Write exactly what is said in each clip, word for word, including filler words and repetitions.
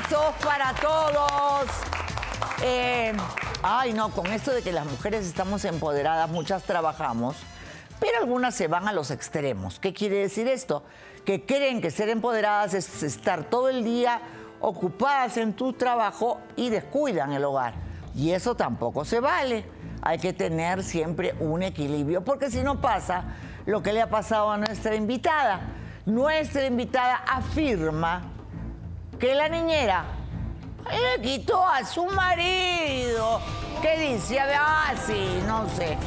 Abrazos para todos. Eh, ay, no, con esto de que las mujeres estamos empoderadas, muchas trabajamos, pero algunas se van a los extremos. ¿Qué quiere decir esto? Que creen que ser empoderadas es estar todo el día ocupadas en tu trabajo y descuidan el hogar. Y eso tampoco se vale. Hay que tener siempre un equilibrio, porque si no pasa lo que le ha pasado a nuestra invitada. Nuestra invitada afirma que la niñera le quitó a su marido. ¿Qué dice? Ah, sí, no sé.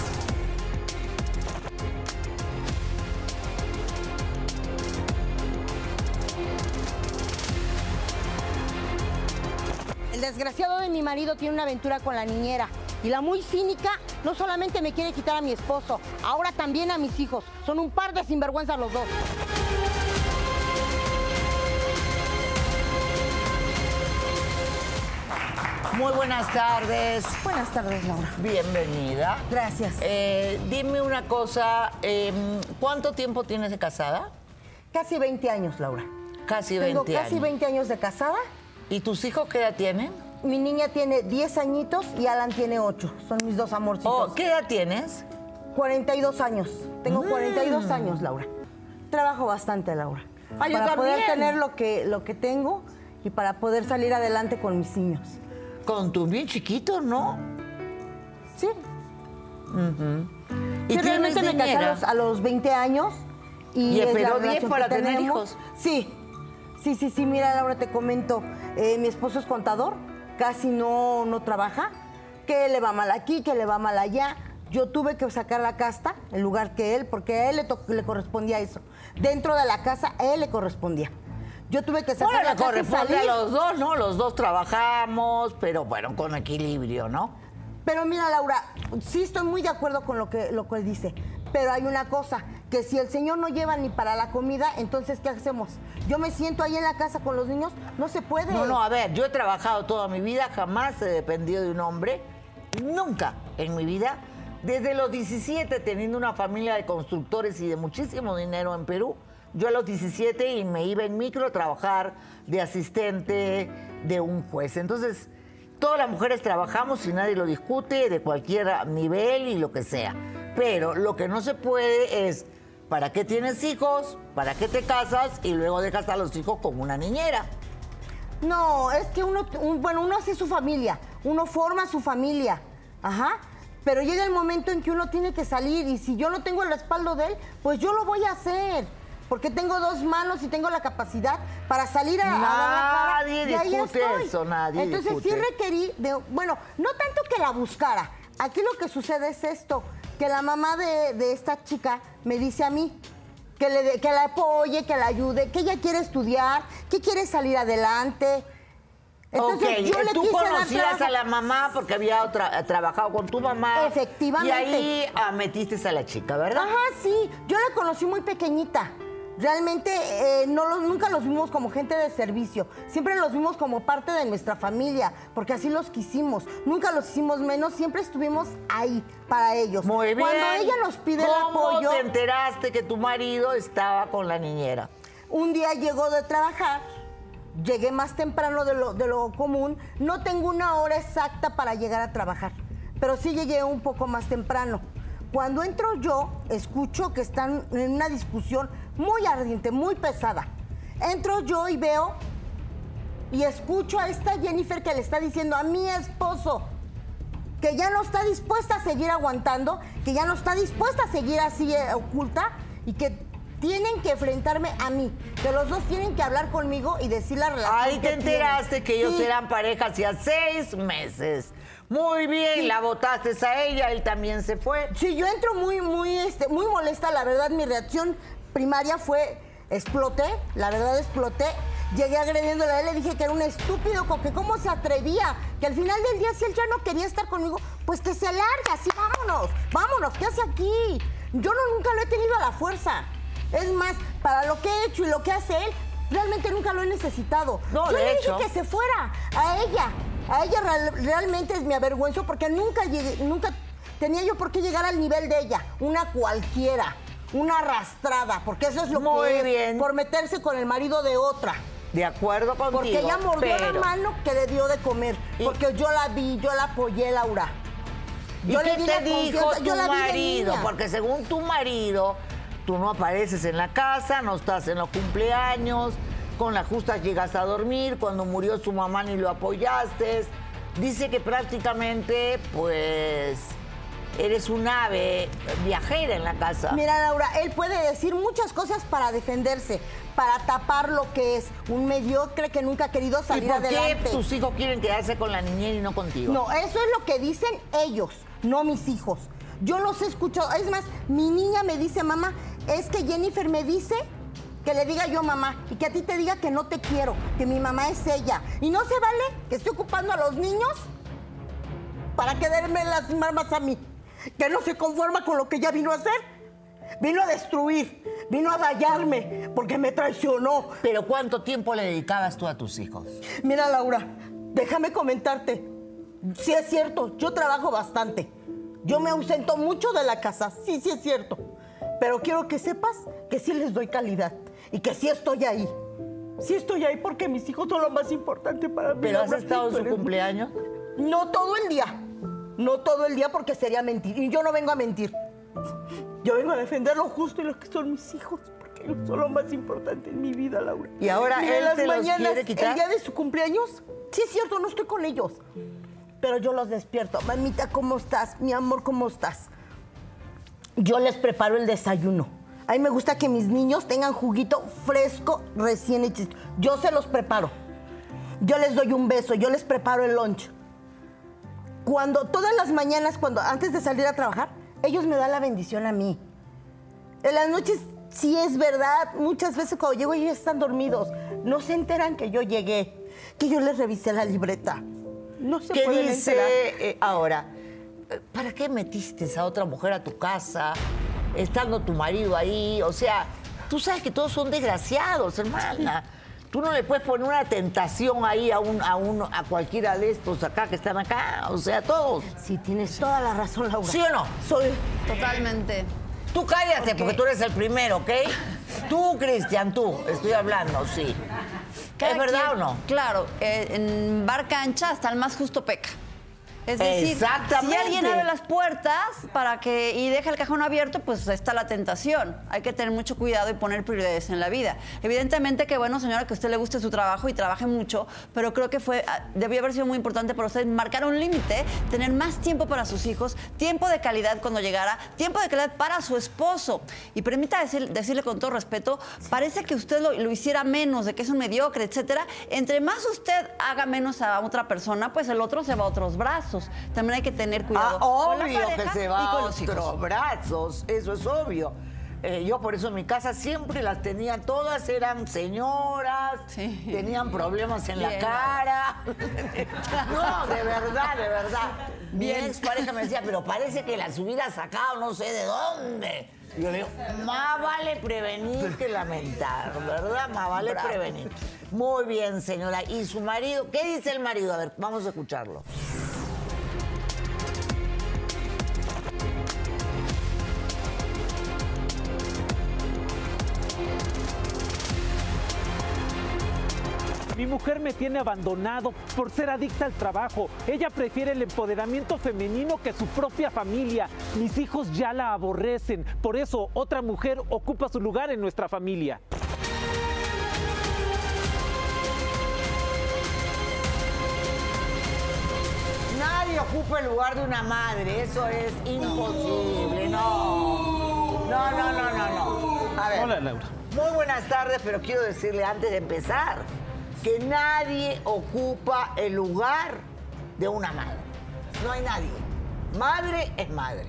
El desgraciado de mi marido tiene una aventura con la niñera. Y la muy cínica no solamente me quiere quitar a mi esposo, ahora también a mis hijos. Son un par de sinvergüenzas los dos. Muy buenas tardes. Buenas tardes, Laura. Bienvenida. Gracias. Eh, dime una cosa, eh, ¿cuánto tiempo tienes de casada? Casi veinte años, Laura. Casi veinte Tengo casi años. veinte años de casada. ¿Y tus hijos qué edad tienen? Mi niña tiene diez añitos y Alan tiene ocho. Son mis dos amorcitos. Oh, ¿qué edad tienes? cuarenta y dos años. Tengo Mm. cuarenta y dos años, Laura. Trabajo bastante, Laura. Ah, yo para poder también. tener lo que, lo que tengo y para poder salir adelante con mis niños. Con tus bien chiquitos, ¿no? Sí. ¿Y Sí, realmente me casé a los, a los veinte años. Y, ¿Y es la esperó diez relación para que tener tenemos. hijos? Sí. Sí, sí, sí. Mira, Laura, te comento. Eh, mi esposo es contador. Casi no, no trabaja. Que le va mal aquí, que le va mal allá. Yo tuve que sacar la casta en lugar que él, porque a él le, to- le correspondía eso. Dentro de la casa, a él le correspondía. Yo tuve que sacar Bueno, la le casta y corresponde a salir. los dos, ¿no? Los dos trabajamos, pero bueno, con equilibrio, ¿no? Pero mira, Laura, sí estoy muy de acuerdo con lo que, lo que él dice. Pero hay una cosa, que si el señor no lleva ni para la comida, entonces, ¿qué hacemos? Yo me siento ahí en la casa con los niños, no se puede. No, no, a ver, yo he trabajado toda mi vida, jamás he dependido de un hombre, nunca en mi vida. Desde los diecisiete, teniendo una familia de constructores y de muchísimo dinero en Perú, yo a los diecisiete y me iba en micro a trabajar de asistente de un juez. Entonces, todas las mujeres trabajamos y nadie lo discute, de cualquier nivel y lo que sea. Pero lo que no se puede es, ¿para qué tienes hijos? ¿Para qué te casas? Y luego dejas a los hijos con una niñera. No, es que uno, un- bueno, uno hace su familia, uno forma su familia, ajá. Pero llega el momento en que uno tiene que salir y si yo no tengo el respaldo de él, pues yo lo voy a hacer. Porque tengo dos manos y tengo la capacidad para salir a, a dar la cara. Nadie Y ahí discute estoy. eso, nadie Entonces discute. sí requerí de, bueno, no tanto que la buscara. Aquí lo que sucede es esto, que la mamá de, de esta chica me dice a mí que, le, de- que la apoye, que la ayude, que ella quiere estudiar, que quiere salir adelante. Ok, yo le tú quise dar conocías trabajo. a la mamá porque había tra- trabajado con tu mamá. Efectivamente. Y ahí ah, metiste a la chica, ¿verdad? Ajá, sí. Yo la conocí muy pequeñita. Realmente eh, no los, nunca los vimos como gente de servicio. Siempre los vimos como parte de nuestra familia, porque así los quisimos. Nunca los hicimos menos, siempre estuvimos ahí para ellos. Muy bien. Cuando ella nos pide el ¿Cómo apoyo, te enteraste que tu marido estaba con la niñera? un día llegó de trabajar, llegué más temprano de lo, de lo común. No tengo una hora exacta para llegar a trabajar, pero sí llegué un poco más temprano. Cuando entro yo, escucho que están en una discusión muy ardiente, muy pesada. Entro yo y veo y escucho a esta Jennifer que le está diciendo a mi esposo que ya no está dispuesta a seguir aguantando, que ya no está dispuesta a seguir así eh, oculta y que tienen que enfrentarme a mí, que los dos tienen que hablar conmigo y decir la relación Ahí que te enteraste tienen. que ellos Sí. eran pareja hacía seis meses. Muy bien, Sí. la votaste a ella, él también se fue. Sí, yo entro muy, muy, este, muy molesta, la verdad, mi reacción primaria fue, exploté, la verdad exploté, llegué agrediéndole a él, le dije que era un estúpido, que cómo se atrevía, que al final del día si él ya no quería estar conmigo, pues que se larga, así vámonos, vámonos, ¿qué hace aquí? Yo no, nunca lo he tenido a la fuerza, es más, para lo que he hecho y lo que hace él, realmente nunca lo he necesitado. No, yo de le hecho. dije que se fuera, a ella, a ella real- realmente me avergüenzo porque nunca llegué, nunca tenía yo por qué llegar al nivel de ella, una cualquiera, una arrastrada, porque eso es lo Muy que es, bien. por meterse con el marido de otra. De acuerdo contigo. Porque ella mordió pero... la mano que le dio de comer. ¿Y? Porque yo la vi, yo la apoyé, Laura. Yo ¿Y qué le di te la dijo confianza, tu yo la vi de marido? niña. Porque según tu marido, tú no apareces en la casa, no estás en los cumpleaños, con las justas llegas a dormir, cuando murió su mamá ni lo apoyaste. Dice que prácticamente, pues, eres un ave viajera en la casa. Mira, Laura, él puede decir muchas cosas para defenderse, para tapar lo que es un mediocre que nunca ha querido ¿Y salir por qué adelante. tus hijos quieren quedarse con la niñera y no contigo? No, eso es lo que dicen ellos, no mis hijos. Yo los he escuchado. Es más, mi niña me dice, mamá, es que Jennifer me dice que le diga yo mamá y que a ti te diga que no te quiero, que mi mamá es ella. Y no se vale que esté ocupando a los niños para quedarme las mamas a mí, que no se conforma con lo que ella vino a hacer. Vino a destruir, vino a dañarme porque me traicionó. ¿Pero cuánto tiempo le dedicabas tú a tus hijos? Mira, Laura, déjame comentarte. Sí es cierto, yo trabajo bastante. Yo me ausento mucho de la casa, sí, sí es cierto. Pero quiero que sepas que sí les doy calidad y que sí estoy ahí. Sí estoy ahí porque mis hijos son lo más importante para mí. ¿Pero has Laura. estado en su Pero- cumpleaños? No todo el día. No todo el día porque sería mentir. Y yo no vengo a mentir. Yo vengo a defender lo justo y lo que son mis hijos. Porque ellos son lo más importante en mi vida, Laura. ¿Y ahora Mira, él las te los mañanas, quiere quitar? el día de su cumpleaños, sí es cierto, no estoy con ellos. Pero yo los despierto. Mamita, ¿cómo estás? Mi amor, ¿cómo estás? Yo les preparo el desayuno. A mí me gusta que mis niños tengan juguito fresco, recién hecho. Yo se los preparo. Yo les doy un beso, yo les preparo el lunch. Cuando todas las mañanas, cuando antes de salir a trabajar, ellos me dan la bendición a mí. En las noches, sí es verdad, muchas veces cuando llego ellos están dormidos. No se enteran que yo llegué, que yo les revisé la libreta. No se ¿Qué pueden dice enterar. eh, ahora? ¿Para qué metiste a otra mujer a tu casa, estando tu marido ahí? O sea, tú sabes que todos son desgraciados, hermana. Tú no le puedes poner una tentación ahí a un, a un, a cualquiera de estos acá que están acá. O sea, todos. Sí, tienes toda la razón, Laura. ¿Sí o no? Soy... Totalmente. Tú cállate, porque tú eres el primero, ¿ok? Tú, Cristian, tú. Estoy hablando, sí. Cada ¿Es verdad quien- o no? Claro, eh, en barca ancha hasta el más justo peca. Es decir, Exactamente. si alguien abre las puertas para que y deja el cajón abierto, pues está la tentación. Hay que tener mucho cuidado y poner prioridades en la vida. Evidentemente que, bueno, señora, que a usted le guste su trabajo y trabaje mucho, pero creo que fue ah, debió haber sido muy importante para usted marcar un límite, tener más tiempo para sus hijos, tiempo de calidad cuando llegara, tiempo de calidad para su esposo. Y permita decir- decirle con todo respeto, parece que usted lo, lo hiciera menos, de que es un mediocre, etcétera. Entre más usted haga menos a otra persona, pues el otro se va a otros brazos. También hay que tener cuidado Ah, con la obvio que pareja se y va con a los hijos. otros brazos, eso es obvio. Eh, yo por eso en mi casa siempre las tenía, todas eran señoras, Sí. tenían problemas en la Bien. cara. No, de verdad, de verdad. Mi Bien. ex pareja me decía, pero parece que las hubiera sacado no sé de dónde. Y yo le digo, más vale prevenir que lamentar, ¿verdad? Más vale Bravo. prevenir. Muy bien, señora. ¿Y su marido? ¿Qué dice el marido? A ver, vamos a escucharlo. Mi mujer me tiene abandonado por ser adicta al trabajo. Ella prefiere el empoderamiento femenino que su propia familia. Mis hijos ya la aborrecen. Por eso otra mujer ocupa su lugar en nuestra familia. Nadie ocupa el lugar de una madre, eso es imposible, no. No, no, no, no, no. A ver. Hola, Laura. Muy buenas tardes, pero quiero decirle antes de empezar que nadie ocupa el lugar de una madre. No hay nadie. Madre es madre.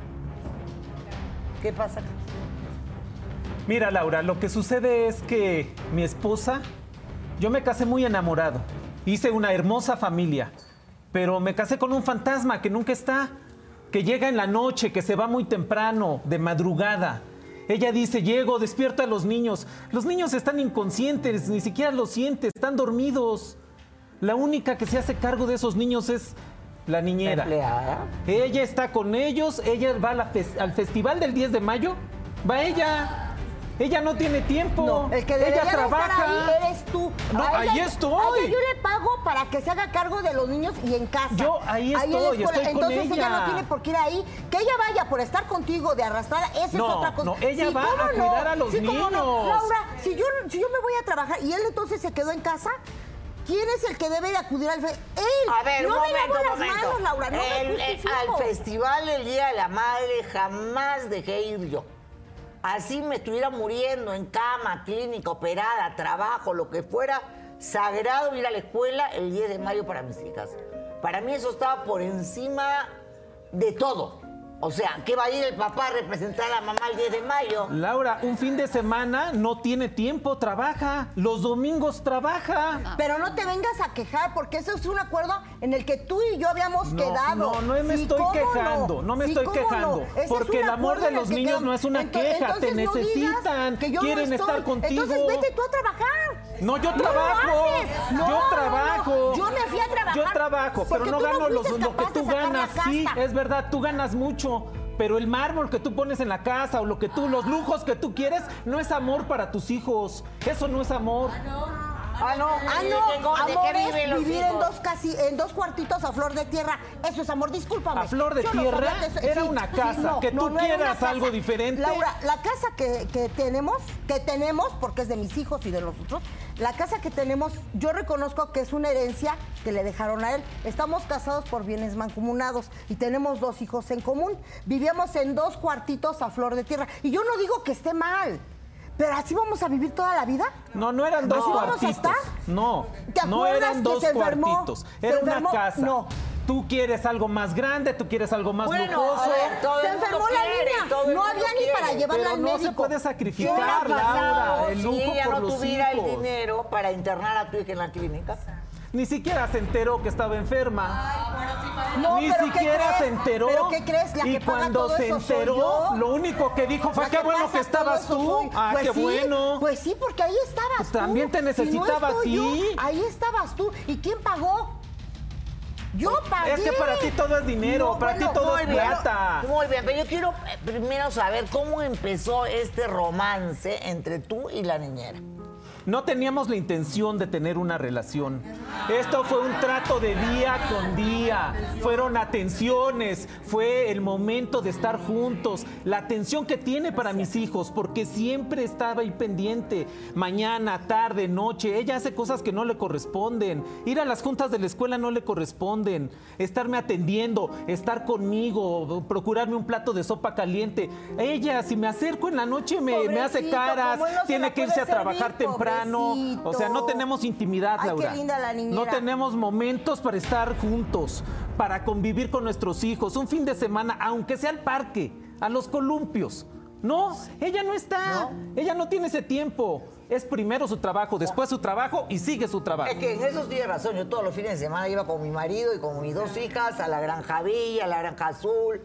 ¿Qué pasa acá? Mira, Laura, lo que sucede es que mi esposa, yo me casé muy enamorado. Hice una hermosa familia, pero me casé con un fantasma que nunca está, que llega en la noche, que se va muy temprano, de madrugada. Ella dice, llego, despierto a los niños. Los niños están inconscientes, ni siquiera lo sienten, están dormidos. La única que se hace cargo de esos niños es la niñera. ¿Empleada? Ella está con ellos, ella va a la fes- al festival del diez de mayo, va ella. Ella no tiene tiempo. No, el que debería ella de trabaja. estar ahí eres tú. No, A ella- ahí estoy. a ella yo le pago para que se haga cargo de los niños y en casa. Yo ahí en la estoy, escuela. estoy con Entonces ella. ella. no tiene por qué ir ahí. Que ella vaya por estar contigo de arrastrada, esa No, es otra cosa. no, ella va ¿cómo a cuidar a los Sí, ¿cómo no? niños. Laura, si yo, si yo me voy a trabajar y él entonces se quedó en casa, ¿quién es el que debe de acudir al festival? ¡Él! A ver, no un me momento, lavo un las momento. manos, Laura, no me El- el- justifico. al festival del Día de la Madre jamás dejé ir yo. Así me estuviera muriendo en cama, clínica, operada, trabajo, lo que fuera, sagrado ir a la escuela el diez de mayo para mis hijas. Para mí eso estaba por encima de todo. O sea, ¿qué va a ir el papá a representar a la mamá el diez de mayo? Laura, un fin de semana no tiene tiempo, trabaja. Los domingos trabaja. Pero no te vengas a quejar, porque eso es un acuerdo en el que tú y yo habíamos No, quedado. no, no me Sí, estoy ¿cómo quejando, no me Sí, estoy ¿cómo quejando, no? Ese es porque un el amor acuerdo de en el los que niños quedamos. no es una Ento- queja, te entonces no digas necesitan, que yo no quieren estoy. estar contigo. Entonces vete tú a trabajar. No, yo No lo trabajo, haces. No, yo no, no. trabajo. Yo me fui a trabajar. Yo trabajo, pero porque no tú gano los- fuiste lo que capaz de tú sacar la ganas. Sí, casta. es verdad, tú ganas mucho. Pero el mármol que tú pones en la casa o lo que tú, los lujos que tú quieres, no es amor para tus hijos. Eso no es amor. Ah, no, Ah, ¿de no, qué- de amor qué es viven los vivir hijos? en dos, casi, en dos cuartitos a flor de tierra. Eso es amor, discúlpame. ¿A flor de Yo no tierra? sabía que eso- Era una casa, que tú era una quieras casa. algo diferente. Laura, la casa que, que tenemos, que tenemos, porque es de mis hijos y de nosotros, la casa que tenemos, yo reconozco que es una herencia que le dejaron a él. Estamos casados por bienes mancomunados y tenemos dos hijos en común. Vivíamos en dos cuartitos a flor de tierra. Y yo no digo que esté mal, pero así vamos a vivir toda la vida. No, no eran dos ¿Así vamos a cuartitos. estar? No, ¿Te no acuerdas eran que dos se enfermó? cuartitos. ¿Se Era enfermó? una casa. No. Tú quieres algo más grande, tú quieres algo más Bueno, lujoso. a ver, todo Se el mundo enfermó la quiere, niña. todo el No mundo había ni quiere. para llevarla Pero al no médico. se puede ¿Qué sacrificar, hubiera pasado Laura, el lujo si ella por no los tuviera hijos. el dinero para internar a tu hija en la clínica? Ni siquiera se enteró que estaba enferma. No, Ni pero ¿qué siquiera crees? se enteró. ¿Pero qué crees? La y que paga cuando todo se eso soy enteró, yo. lo único que dijo fue La qué bueno pasa que estabas todo eso tú. soy- Ah, Pues qué sí, bueno. Pues sí, porque ahí estabas Pues tú. también te Si no necesitaba a estoy ti. yo, ahí estabas tú. ¿Y quién pagó? Yo pagué. Es que para ti todo es dinero, No, para bueno, ti todo Muy es bien, plata. muy bien, pero yo quiero eh, primero saber cómo empezó este romance entre tú y la niñera. No teníamos la intención de tener una relación. Esto fue un trato de día con día. Fueron atenciones. Fue el momento de estar juntos. La atención que tiene para mis hijos, porque siempre estaba ahí pendiente. Mañana, tarde, noche. Ella hace cosas que no le corresponden. Ir a las juntas de la escuela no le corresponden. Estarme atendiendo, estar conmigo, procurarme un plato de sopa caliente. Ella, si me acerco en la noche, me, me hace Pobrecito, caras. como él no se Tiene la que puede irse a servir, trabajar temprano. pobrecito. O sea, no tenemos intimidad, Ay, qué Laura. linda la niñera. No tenemos momentos para estar juntos, para convivir con nuestros hijos. Un fin de semana, aunque sea al parque, a los columpios. No, ella no está. Ella no tiene ese tiempo. Es primero su trabajo, después su trabajo y sigue su trabajo. Es que en eso tienes razón. Yo todos los fines de semana iba con mi marido y con mis dos hijas a la Granja Villa, a la Granja Azul,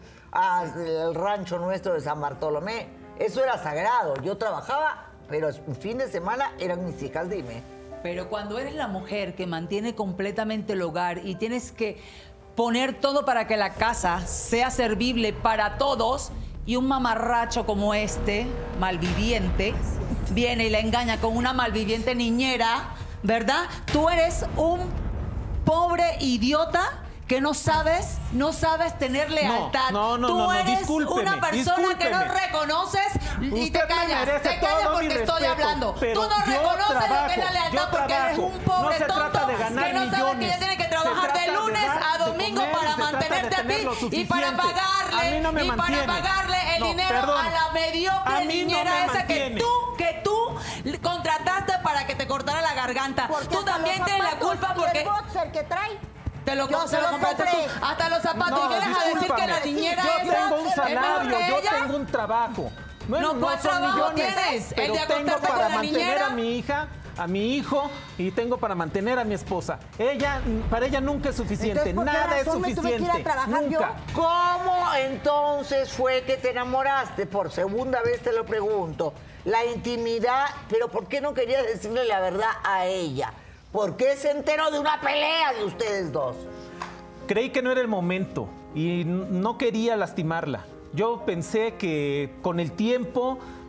al rancho nuestro de San Bartolomé. Eso era sagrado. Yo trabajaba, pero un fin de semana eran mis hijas, dime. Pero cuando eres la mujer que mantiene completamente el hogar y tienes que poner todo para que la casa sea servible para todos y un mamarracho como este, malviviente, viene y la engaña con una malviviente niñera, ¿verdad? Tú eres un pobre idiota que no sabes, no sabes tener lealtad. no, no, Tú no, no, eres discúlpeme, una persona que no discúlpeme. reconoces y Usted te me callas. merece Te callas todo mi porque estoy respeto, hablando. Tú pero no yo reconoces lo que es trabajo, la yo lealtad porque eres trabajo. un pobre No se tonto trata de ganar que no sabe que millones. ya tiene que Se trabajar trata de de lunes dar, a de domingo comer, para se trata de mantenerte a tener lo ti y para suficiente. pagarle A mí no me y para mantiene. pagarle el No, dinero perdón. a la mediocre A mí no niñera me esa que mantiene. tú que tú contrataste para que te cortara la garganta. Porque Tú hasta también los tienes la zapatos culpa y porque el boxer que trae. te lo, Yo se se lo lo compraste compré. tú. Hasta los zapatos. No, y vienes a decir que discúlpame. la niñera yo esa tengo un es mejor salario, que yo ella. tengo un trabajo. No, ¿cuál son trabajo millones, tienes? ¿El pero de tengo acostarte para con la mantener niñera? a mi hija, a mi hijo y tengo para mantener a mi esposa. Ella, para ella nunca es suficiente, Entonces, ¿por qué nada es razón me tuve que ir a suficiente. trabajar yo? Nunca. ¿Cómo entonces fue que te enamoraste? Por segunda vez te lo pregunto. La intimidad, pero ¿por qué no querías decirle la verdad a ella? ¿Por qué se enteró de una pelea de ustedes dos? Creí que no era el momento y n- no quería lastimarla. Yo pensé que con el tiempo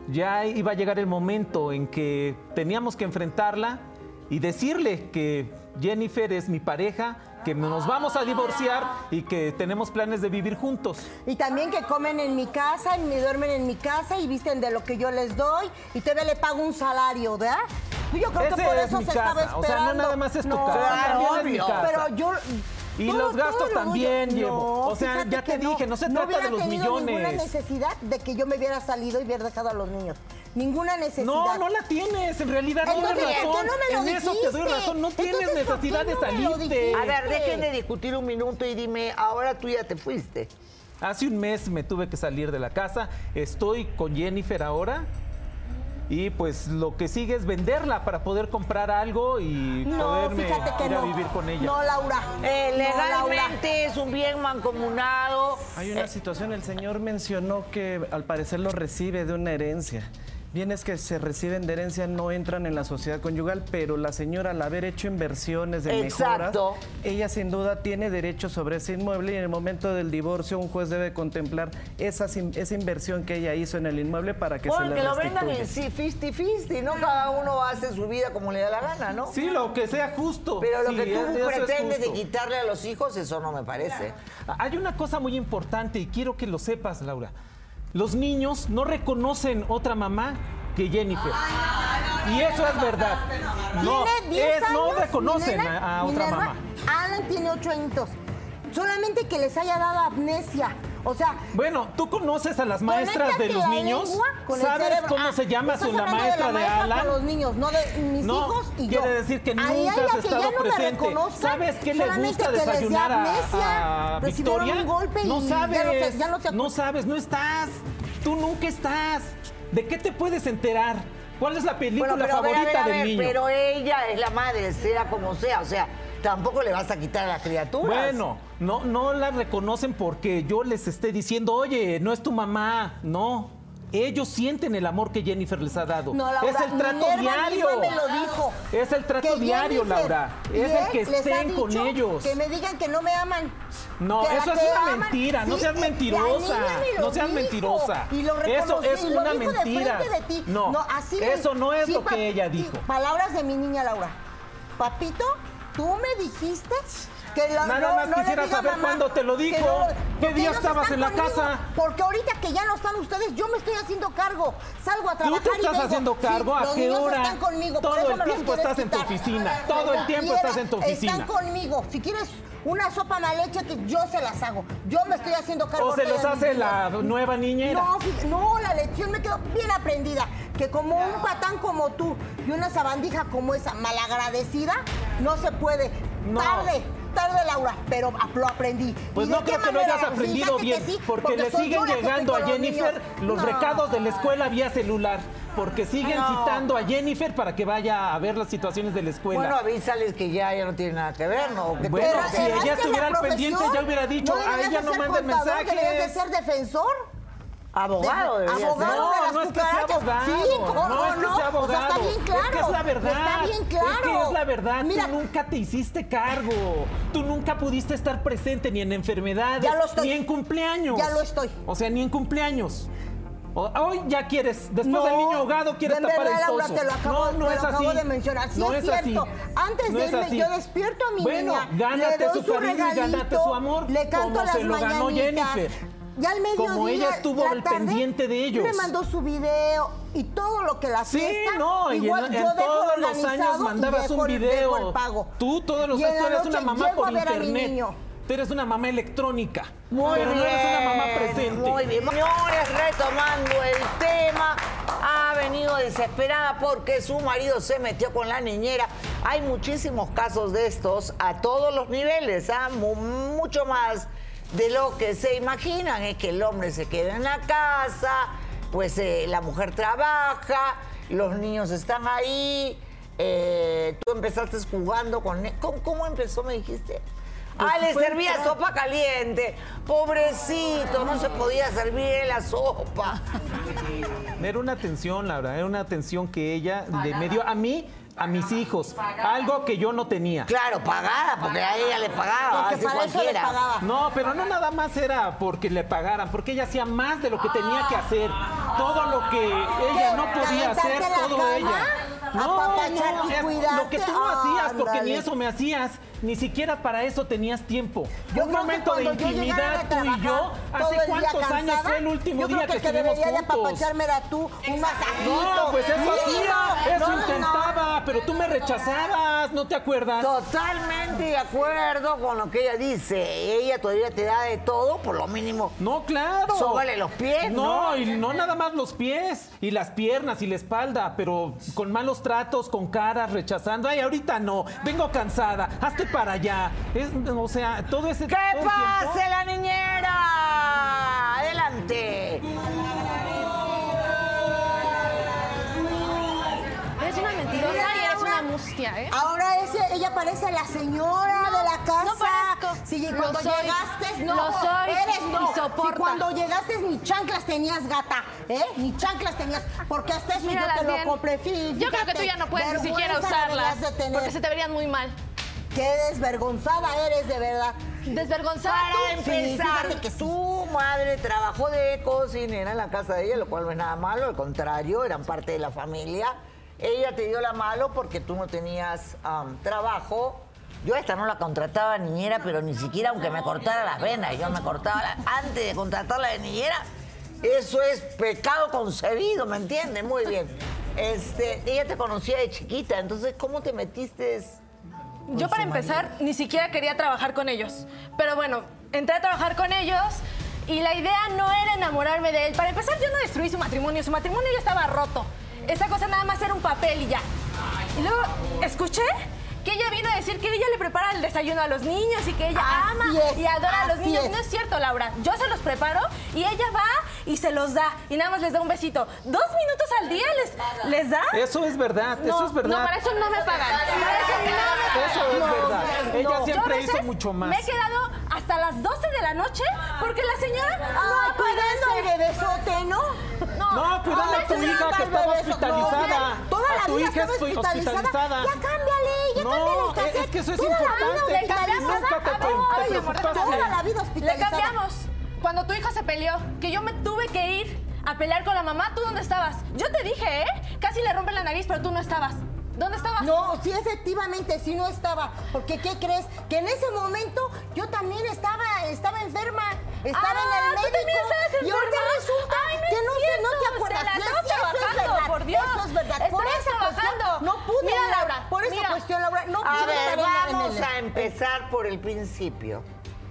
ya iba a llegar el momento en que teníamos que enfrentarla y decirle que Jennifer es mi pareja, que nos vamos a divorciar y que tenemos planes de vivir juntos. Y también que comen en mi casa, y me duermen en mi casa y visten de lo que yo les doy y todavía le pago un salario, ¿verdad? Yo creo Ese que por es eso mi se casa. estaba esperando. O sea, no nada más es tu No, casa, claro, también es mi obvio. casa. Pero yo... Y todo- los gastos todo el orgullo- también llevo. No, O sea, fíjate ya te que dije, no se no trata hubiera de los tenido ninguna millones. necesidad de que yo me hubiera salido y hubiera dejado a los niños. Ninguna necesidad. No, no la tienes. En realidad Entonces, tienes ¿por razón. qué no me lo en eso te doy dijiste? razón. No tienes Entonces, ¿por qué necesidad de no me lo salirte. dijiste? A ver, dejen de discutir un minuto y dime, ahora tú ya te fuiste. Hace un mes me tuve que salir de la casa. Estoy con Jennifer ahora. Y pues lo que sigue es venderla para poder comprar algo y No, poderme fíjate que ir a no. vivir con ella. No, Laura. Eh, No, Laura. legalmente es un bien mancomunado. Hay una situación, el señor mencionó que al parecer lo recibe de una herencia. Bienes que se reciben de herencia no entran en la sociedad conyugal, pero la señora al haber hecho inversiones de Exacto. mejoras, ella sin duda tiene derecho sobre ese inmueble y en el momento del divorcio un juez debe contemplar esa, esa inversión que ella hizo en el inmueble para que se Bueno, le que lo vendan en restituya. sí, cincuenta cincuenta, ¿no? Cada uno hace su vida como le da la gana, ¿no? Sí, lo que sea justo. Pero lo Sí, que tú eso es pretendes de justo. quitarle a los hijos, eso no me parece. Hay una cosa muy importante y quiero que lo sepas, Laura. Los niños no reconocen otra mamá que Jennifer. Y eso es verdad. No, Tiene diez es- no años, reconocen mi nena, a, a otra Minerva. mamá. Alan tiene ocho añitos. Solamente que les haya dado amnesia. O sea, Bueno, ¿tú conoces a las maestras de conéctate los la niños? lengua con el ¿Sabes cerebro. cómo Ah, se llama estás su, la hablando maestra de, de, la maestra Alan? con los niños, no de mis No, hijos y quiere yo. decir que Ahí nunca hay has la que estado ya no me presente. reconozcan, ¿Sabes qué le solamente gusta que les dé desayunar a- amnesia, a, recibieron Victoria? un golpe no y sabes, ya no se- ya no se no acu- sabes, no estás. Tú nunca estás. ¿De qué te puedes enterar? ¿Cuál es la película Bueno, pero a ver, favorita a ver, a del ver, niño? pero ella es la madre, sea como sea. O sea, tampoco le vas a quitar a las criaturas. Bueno, no, no la reconocen porque yo les esté diciendo, oye, no es tu mamá. No. Ellos sienten el amor que Jennifer les ha dado. No, Laura, es el trato Minerva diario. misma me lo dijo. Es el trato Que diario, Jennifer Laura. y Es el él que les ha estén con dicho ellos. Que me digan que no me aman. No, Que eso la es que una aman- mentira. No Sí, seas la mentirosa. niña me lo No seas dijo. mentirosa. Y lo Eso reconocí, es y lo una dijo de mentira. frente de ti. No, así le- eso no es sí, lo pa- que ella sí, dijo. Palabras de mi niña Laura. Papito, tú me dijiste que la, Nada no, más no le quisiera diga saber mamá cuándo te lo que dijo. no- ¿Qué porque día ellos estabas están en la conmigo, casa? Porque ahorita que ya no están ustedes, yo me estoy haciendo cargo. Salgo a trabajar ¿Tú te y estás vengo. haciendo cargo? Sí, ¿A los qué niños hora? están conmigo, por Todo eso el me los tiempo quieres estás en tu quitar. oficina. Todo el Cuando tiempo quieras, estás en tu oficina. Están conmigo. Si quieres una sopa mal hecha, que yo se las hago. Yo me estoy haciendo cargo. ¿O se ahorita los de hace mis la niños. nueva niñera? No, fí- no, la lección me quedó bien aprendida. Que como un patán como tú y una sabandija como esa malagradecida, no se puede. No. Tarde, tarde, Laura, pero a- lo aprendí. Pues ¿Y de no qué creo que lo manera? hayas aprendido Fíjate que bien, sí, porque, le soy siguen yo la que estoy llegando a con los Jennifer niños. los No. recados de la escuela vía celular, porque siguen No. citando a Jennifer para que vaya a ver las situaciones de la escuela. Bueno, avísales que ya, ya no tiene nada que ver, ¿no? Que tú- Bueno, Pero, si ¿será ella que estuviera la al pendiente, profesión ya hubiera dicho, deberías a ella de no ser manden contador, deberías de mensajes. ser defensor? Abogado, De- debería ser. abogado de No, las no es que sea cucarachas. abogado, Sí, ¿cómo no es que no? sea abogado. O sea, está bien claro. Es que es la verdad. Está bien claro. Es que es la verdad. Mira, Tú nunca te hiciste cargo. Tú nunca pudiste estar presente ni en enfermedades, Ya lo estoy. ni en cumpleaños. Ya lo estoy. O sea, ni en cumpleaños. O- Hoy ya quieres, después no, del niño ahogado, quieres de tapar verdad, el Laura, pozo. te lo acabo, no, no te es lo acabo así. de mencionar. Sí, no es, es así. cierto. Antes No de es irme, así. yo despierto a mi Bueno, niña. gánate le doy su cariño y regalito, gánate su amor, Le canto como las se lo ganó mañanitas. Jennifer. Ya al mediodía, Como ella estuvo la al tarde, pendiente de ellos. Me mandó su video y todo lo que la Sí, fiesta. no, y en- igual en yo dejo todos los años organizado y mandabas dejo un el- video. dejo el pago. Tú todos los Y en años tú la eres una noche mamá llego por a ver a mi internet. niño. Tú eres una mamá electrónica. Muy pero bien, no eres una mamá presente. Muy bien. Señores, retomando el tema, ha venido desesperada porque su marido se metió con la niñera. Hay muchísimos casos de estos a todos los niveles, ¿ah? Mu- mucho más de lo que se imaginan. Es que el hombre se queda en la casa, pues eh, la mujer trabaja, los niños están ahí. eh, tú empezaste jugando con... él. ¿Cómo, cómo empezó, me dijiste? Ah, le fue servía entrar- sopa caliente. Pobrecito, no se podía servir la sopa. Era una atención, Laura, era una atención que ella de- me dio a mí, a mis hijos. Algo que yo no tenía. Claro, pagada, porque a ella le pagaba, Porque así para eso le cualquiera. pagaba. No, pero no nada más era porque le pagaran, porque ella hacía más de lo que tenía que hacer. todo lo que ella no podía hacer, ¿Calentarte la todo cama? ella. No, ¿Apapacharte y no, es cuidarte? lo que tú no hacías, porque Ándale. ni eso me hacías, ni siquiera para eso tenías tiempo. Yo Un creo que momento de cuando yo llegara intimidad de tú y yo, trabajar todo ¿hace el día cuántos años cansada, fue el último yo creo día que, que el que estuvimos debería de juntos? apapacharme era tú, un masajito. No, pues eso Sí, hacía, eso no, no. intentaba, pero tú me rechazabas, ¿no te acuerdas? Totalmente de acuerdo con lo que ella dice. Ella todavía te da de todo, por lo mínimo. No, claro. Sóbale los pies, No, ¿no? y no nada más los pies, y las piernas y la espalda, pero con malos tratos, con caras, rechazando. Ay, ahorita no, vengo cansada, hazte para allá. Es- o sea, todo ese ¿Qué todo el tiempo- pase, la niñera? Adelante. Eres una mentirosa y eres una mustia, ¿eh? Ahora ese, ella parece la señora de la casa. no parezco. Si Lo cuando soy. llegaste, no. Lo soy Eres y no. soporta. Si cuando llegaste ni chanclas tenías, gata, ¿eh? Ni chanclas tenías, porque hasta eso yo Míralas te lo bien. compré. Fí- Yo creo que fíjate, tú ya no puedes ni siquiera vergüenza usarlas, deberías de tener. porque se te verían muy mal. Qué desvergonzada eres, de verdad. Desvergonzada Para tú. empezar, fíjate que sí. su madre trabajó de cocinera en la casa de ella, lo cual no es nada malo, al contrario, eran parte de la familia. Ella te dio la mano porque tú no tenías um, trabajo. Yo a esta no la contrataba niñera, pero ni siquiera aunque me cortara las venas. Yo me cortaba la- antes de contratarla de niñera. Eso es pecado concebido, ¿me entiendes? Muy bien. Este, ella te conocía de chiquita, entonces, ¿cómo te metiste? Yo para empezar ni siquiera quería trabajar con ellos. Pero bueno, entré a trabajar con ellos y la idea no era enamorarme de él. Para empezar yo no destruí su matrimonio, su matrimonio ya estaba roto. Esa cosa nada más era un papel y ya. Y luego escuché que ella vino a decir que ella le prepara el desayuno a los niños y que ella Así ama es, y adora a los así niños. es. No es cierto, Laura. Yo se los preparo y ella va y se los da. Y nada más les da un besito. Dos minutos al día les, les da. Eso es verdad, eso No, es verdad. No, para eso no me pagan. Para eso no me pagan. Eso es verdad. Ella Yo a siempre veces hizo mucho más. Me he quedado hasta las doce de la noche porque la señora no Ay, cuidando aparece. el bebesote, ¿no? No, cuidando a tu veces hija que anda estaba al bebeso. hospitalizada. No, toda A la tu vida hija estaba estoy hospitalizada. hospitalizada. Ya cámbiale, ya No, cámbiale el es cassette. que eso es Toda la vida importante. Le cambiamos. Nunca te Ah, pre- ay, te amor, preocupaste. Toda la vida Le hospitalizada. cambiamos. Cuando tu hija se peleó, que yo me tuve que ir a pelear con la mamá, ¿tú dónde estabas? Yo te dije, ¿eh? Casi le rompen la nariz, pero tú no estabas. ¿Dónde estabas? No, sí, efectivamente, sí no estaba. Porque, ¿qué crees? Que en ese momento yo también estaba, estaba enferma. Estaba Ah, en el ¿tú médico. también estabas Y ahorita enferma? resulta Ay, no que es no, sé, cierto, no te acuerdas. Estela, No, estabas eso es trabajando, verdad, por Dios. Eso es verdad. Por Estabas esa cuestión trabajando. no pude, Mira, Laura. Laura, Por esa mira. cuestión, Laura, no A pude ver, estar en- en vamos el- a empezar por el principio.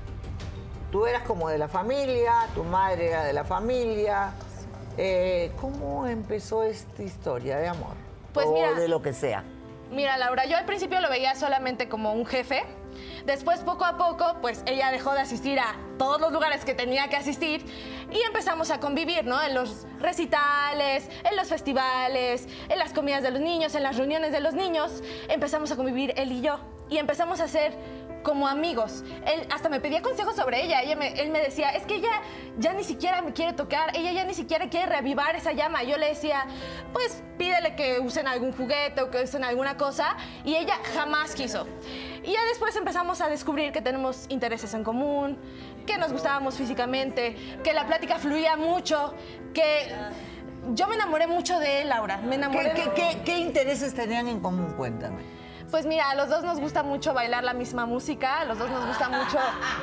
Tú eras como de la familia, tu madre era de la familia. Eh, ¿Cómo empezó esta historia de amor? Pues o mira. de lo que sea. Mira, Laura, yo al principio lo veía solamente como un jefe. Después, poco a poco, pues ella dejó de asistir a todos los lugares que tenía que asistir y empezamos a convivir, ¿no? En los recitales, en los festivales, en las comidas de los niños, en las reuniones de los niños. Empezamos a convivir él y yo y empezamos a ser como amigos. Él hasta me pedía consejos sobre ella. ella me, él me decía, es que ella ya ni siquiera me quiere tocar, ella ya ni siquiera quiere reavivar esa llama. Yo le decía, pues pídele que usen algún juguete o que usen alguna cosa, y ella jamás quiso. Y ya después empezamos a descubrir que tenemos intereses en común, que nos gustábamos físicamente, que la plática fluía mucho, que yo me enamoré mucho de él, Laura. Me enamoré. ¿Qué, qué, qué- qué intereses tenían en común? Cuéntame. Pues mira, a los dos nos gusta mucho bailar la misma música, a los dos nos gusta mucho...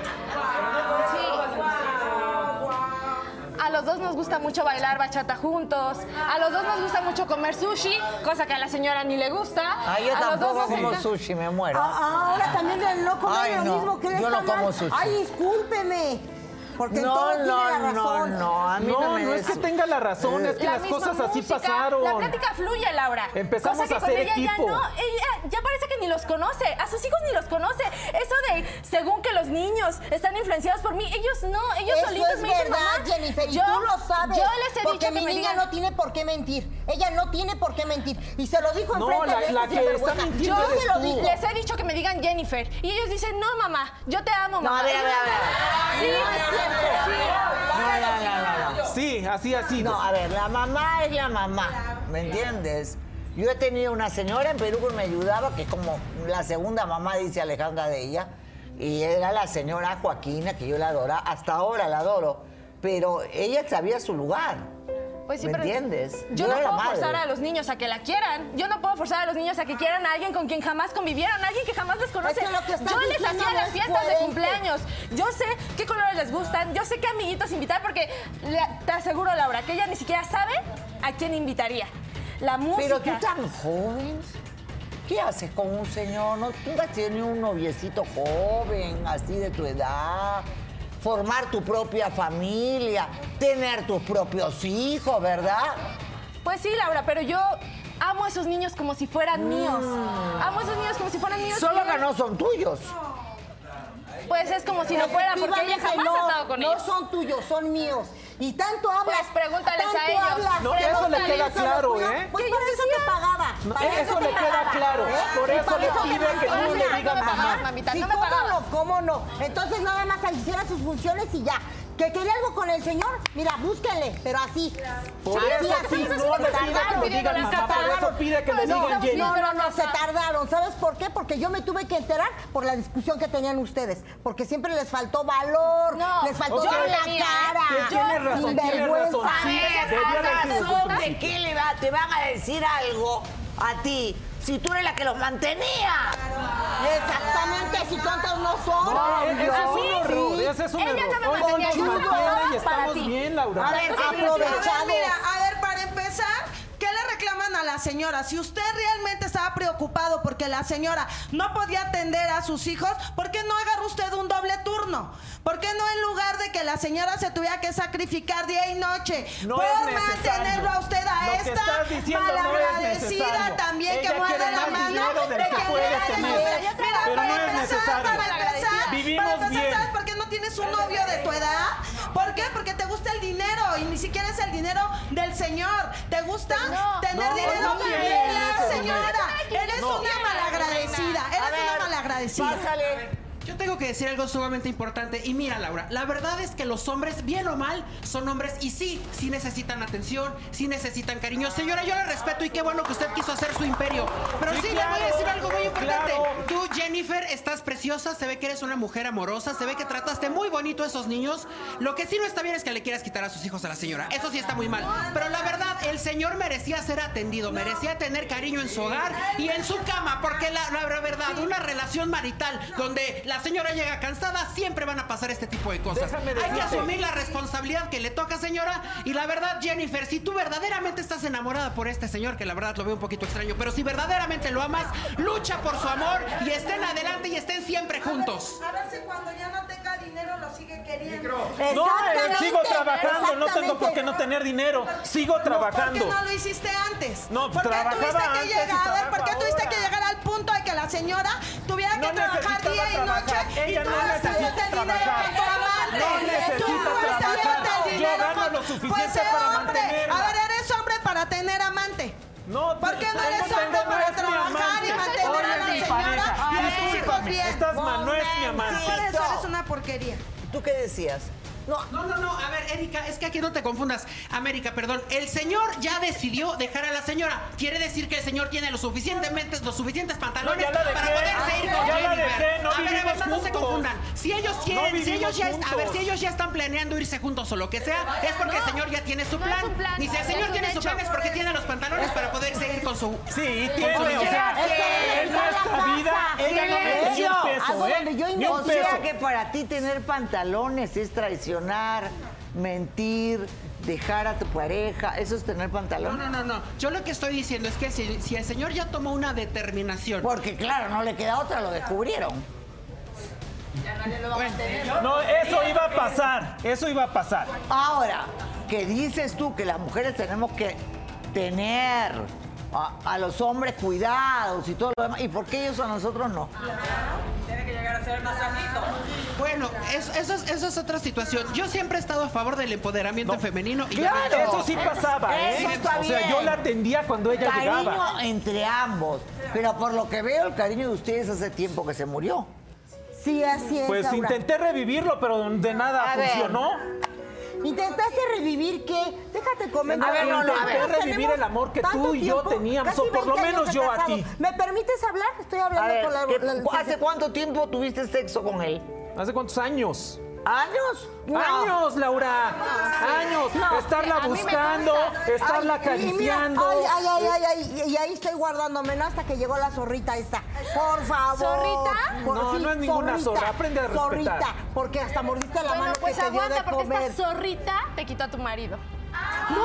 Sí. A los dos nos gusta mucho bailar bachata juntos, a los dos nos gusta mucho comer sushi, cosa que a la señora ni le gusta. Ay, yo A los dos tampoco nos como gusta- sushi, me muero. Ah, ahora también de no comer Ay, lo no, mismo que yo está no como mal. sushi. Ay, discúlpeme. Porque en No, todo tiene la no, no, razón. no, a mí no, No, me no es des- que tenga la razón, es que La las misma cosas así música, pasaron. La plática fluye, Laura. Empezamos Cosa que a con hacer ella equipo. Ya, no, ella ya parece que ni los conoce. A sus hijos ni los conoce. Eso de, según que los niños están influenciados por mí, ellos no, ellos Eso solitos es me dicen, verdad, mamá. Jennifer, y yo- tú lo sabes. Yo les he porque dicho mi que me niña digan... no tiene por qué mentir. Ella no tiene por qué mentir. Y se lo dijo No, enfrente la- de la esta que está sinvergüenza. mintiendo Yo eres se lo tú. dije. Les he dicho que me digan Jennifer. Y ellos dicen, no, mamá, yo te amo, No, mamá. a ver, a ver, a ver. Sí, No es cierto. No, no, no, no, no. Sí, así ha sido. No, a ver, la mamá es la mamá, ¿me entiendes? Yo he tenido una señora en Perú que me ayudaba, que es como la segunda mamá, dice Alejandra de ella, y era la señora Joaquina, que yo la adoraba, hasta ahora la adoro, pero ella sabía su lugar. Pues sí, ¿Me pero entiendes? Yo Yo no era la puedo madre. forzar a los niños a que la quieran. Yo no puedo forzar a los niños a que quieran a alguien con quien jamás convivieron, a alguien que jamás les conoce. Es que lo que estás yo les diciendo hacía no las es fiestas de coherente. cumpleaños. Yo sé qué colores les gustan, yo sé qué amiguitos invitar, porque le- te aseguro, Laura, que ella ni siquiera sabe a quién invitaría. La música. Pero tú tan joven. ¿Qué haces con un señor? ¿No? Tú has tenido un noviecito joven, así de tu edad. Formar tu propia familia, tener tus propios hijos, ¿verdad? Pues sí, Laura, pero yo amo a esos niños como si fueran míos. Amo a esos niños como si fueran míos. Solo y que no son tuyos. Pues es como si no fuera, porque ella Efectivamente, jamás no, ha estado con no ellos. son tuyos, son míos. Y tanto hablas. Pues pregúntales tanto a ellos. hablas, No, eso le pregúntales, queda se los claro, cuida. ¿eh? Pues Que por yo eso decía- te pagaba. No, para eso te le queda pagaba, claro. Por Y eso para le te pide que no pagaba. le digan mamá. Mamita, Sí, no me ¿cómo pagabas. no? ¿Cómo no? Entonces nada más hiciera sus funciones y ya. Que quería algo con el señor, mira, búsquenle, pero así. Por Así, eso así. no le Se pide que tardaron, le digan se mamá, por tardaron. eso pide que le No, digan Jenny. No, no, no, se tardaron. ¿Sabes por qué? Porque yo me tuve que enterar por la discusión que tenían ustedes. Porque siempre les faltó valor, No, les faltó yo dar la tenía, cara. Tienes razón, tienes Sinvergüenza. razón. Sí, debía haber sido razón su de qué le va, te van a decir algo a ti si tú eres la que los mantenía. Exactamente, si tontos no son. No, ese es Yo un sí. error, ese es un Ella error. no me Hoy mantenía, nos yo no mantiene trabajaba y para estamos ti. bien, Laura. A ver, aprovechados. Mira, a ver, para empezar, ¿qué le reclaman a la señora? Si usted realmente estaba preocupado porque la señora no podía atender a sus hijos, ¿por qué no agarró usted un doble turno? ¿Por qué no en lugar de que la señora se tuviera que sacrificar día y noche No por es necesario. mantenerlo a usted a Lo que esta estás diciendo no es malagradecida necesario. también Ella que muerde quiere la más mano dinero del de que que puede muerde tener. Mira, Pero para no es empezar, necesario. para empezar, Vivimos para empezar, bien. ¿sabes por qué no tienes un novio de tu edad? ¿Por qué? Porque te gusta el dinero y ni siquiera es el dinero del señor. ¿Te gusta No, tener no, dinero? no tiene Mira, eso, señora, René. eres No. una malagradecida. A Eres ver, una malagradecida. Pásale. Yo tengo que decir algo sumamente importante. Y mira, Laura, la verdad es que los hombres, bien o mal, son hombres y sí, sí necesitan atención, sí necesitan cariño. Señora, yo la respeto y qué bueno que usted quiso hacer su imperio. Pero sí, Sí, le voy a claro, decir algo muy importante. claro. Tú, Jennifer, estás preciosa, se ve que eres una mujer amorosa, se ve que trataste muy bonito a esos niños. Lo que sí no está bien es que le quieras quitar a sus hijos a la señora. Eso sí está muy mal. Pero la verdad, el señor merecía ser atendido, merecía tener cariño en su hogar y en su cama, porque la, la verdad, una relación marital donde la señora llega cansada, siempre van a pasar este tipo de cosas. Déjame Hay que decirte. asumir la responsabilidad que le toca, señora. Y la verdad, Jennifer, si tú verdaderamente estás enamorada por este señor, que la verdad lo veo un poquito extraño, pero si verdaderamente lo amas, lucha por su amor y estén adelante y estén siempre juntos. A ver si cuando ya no tenga dinero lo sigue queriendo. No, eh, Exactamente, sigo trabajando, no tengo por qué no exactamente. tener dinero. Sigo trabajando. ¿Por qué no lo hiciste antes? No, ¿Por qué trabajaba tuviste que antes y llegar? A ver, ¿por qué trabajo tuviste ahora? que llegar al punto de que la señora tuviera que No trabajar necesitaba día y noche trabajar. y Ella tú no recibías necesita el dinero trabajar. con tu amante? No Tú necesita recibías trabajar. el Yo dinero gano con- lo suficiente Pues sé para hombre. mantenerla. A ver, eres hombre para tener amante. No, ¿Por qué no tengo- eres tengo- hombre no para es mi trabajar y amante. mantener Hoy a es la mi señora pareja. y a tus hijos Discúlpame, bien? estás mal, no es mi amante. Por eso eres una porquería. ¿Tú qué decías? No, No, no, no, a ver, Erika, es que aquí no te confundas. América, perdón. El señor ya decidió dejar a la señora. Quiere decir que el señor tiene lo suficientemente, los suficientes pantalones No, ya la dejé. para poderse ir con Ya la Jennifer. dejé, no a ver, a ver, vivimos no, no se juntos. confundan. Si ellos quieren, si vivimos ellos ya, est- a ver, juntos. si ellos ya están planeando irse juntos o lo que sea, es porque el señor ya tiene su No es plan. un plan, Y si el es señor un tiene su hecho. plan es porque tiene los pantalones para poder seguir con su. Sí, tiene, o sea, Es que en ella nuestra la vida, casa. ella no mete ni un Silencio. peso, Algo ¿eh? donde yo Ni un O sea peso. que para ti tener pantalones es traicionar, mentir, dejar a tu pareja. ¿Eso es tener No, pantalones? no, no, no. Yo lo que estoy diciendo es que si, si el señor ya tomó una determinación. Porque claro, no le queda otra, lo descubrieron. Bueno, No, eso iba a pasar, eso iba a pasar. Ahora, que dices tú que las mujeres tenemos que tener a, a los hombres cuidados y todo lo demás, ¿y por qué ellos a nosotros no? Bueno, eso, eso, es, eso es otra situación. Yo siempre he estado a favor del empoderamiento No. femenino. Y Claro. ya- Eso sí pasaba, ¿eh? Eso está O sea, bien. yo la atendía cuando ella Cariño llegaba. entre ambos. Pero por lo que veo, el cariño de ustedes hace tiempo que se murió. Sí, así es, Pues Laura. intenté revivirlo, pero de nada A ver. funcionó. ¿Intentaste revivir qué? Déjate comentar. A ver, no, no, a ver. Nosotros Revivir tenemos el amor que tanto tú y yo tiempo, teníamos, casi o por lo veinte años menos de yo a casado. ti. ¿Me permites hablar? Estoy A hablando ver, con la... ¿qué- la- ¿hace cuánto tiempo tuviste sexo con él? ¿Hace cuántos años? ¿Años? No. ¡Años, Laura! ¡Años! No, estarla a mí me buscando, consta. estarla Ay, y mira, acariciando. Ay, ay, ay, ay, ay, y ahí estoy guardándome, ¿no? Hasta que llegó la zorrita esta. Por favor. ¿Zorrita? Por- No, no es ninguna zorra, aprende a respetar. Zorrita, porque hasta mordiste la Bueno, mano pues que te dio aguanta, de porque comer. esta zorrita te quitó a tu marido. ¡No!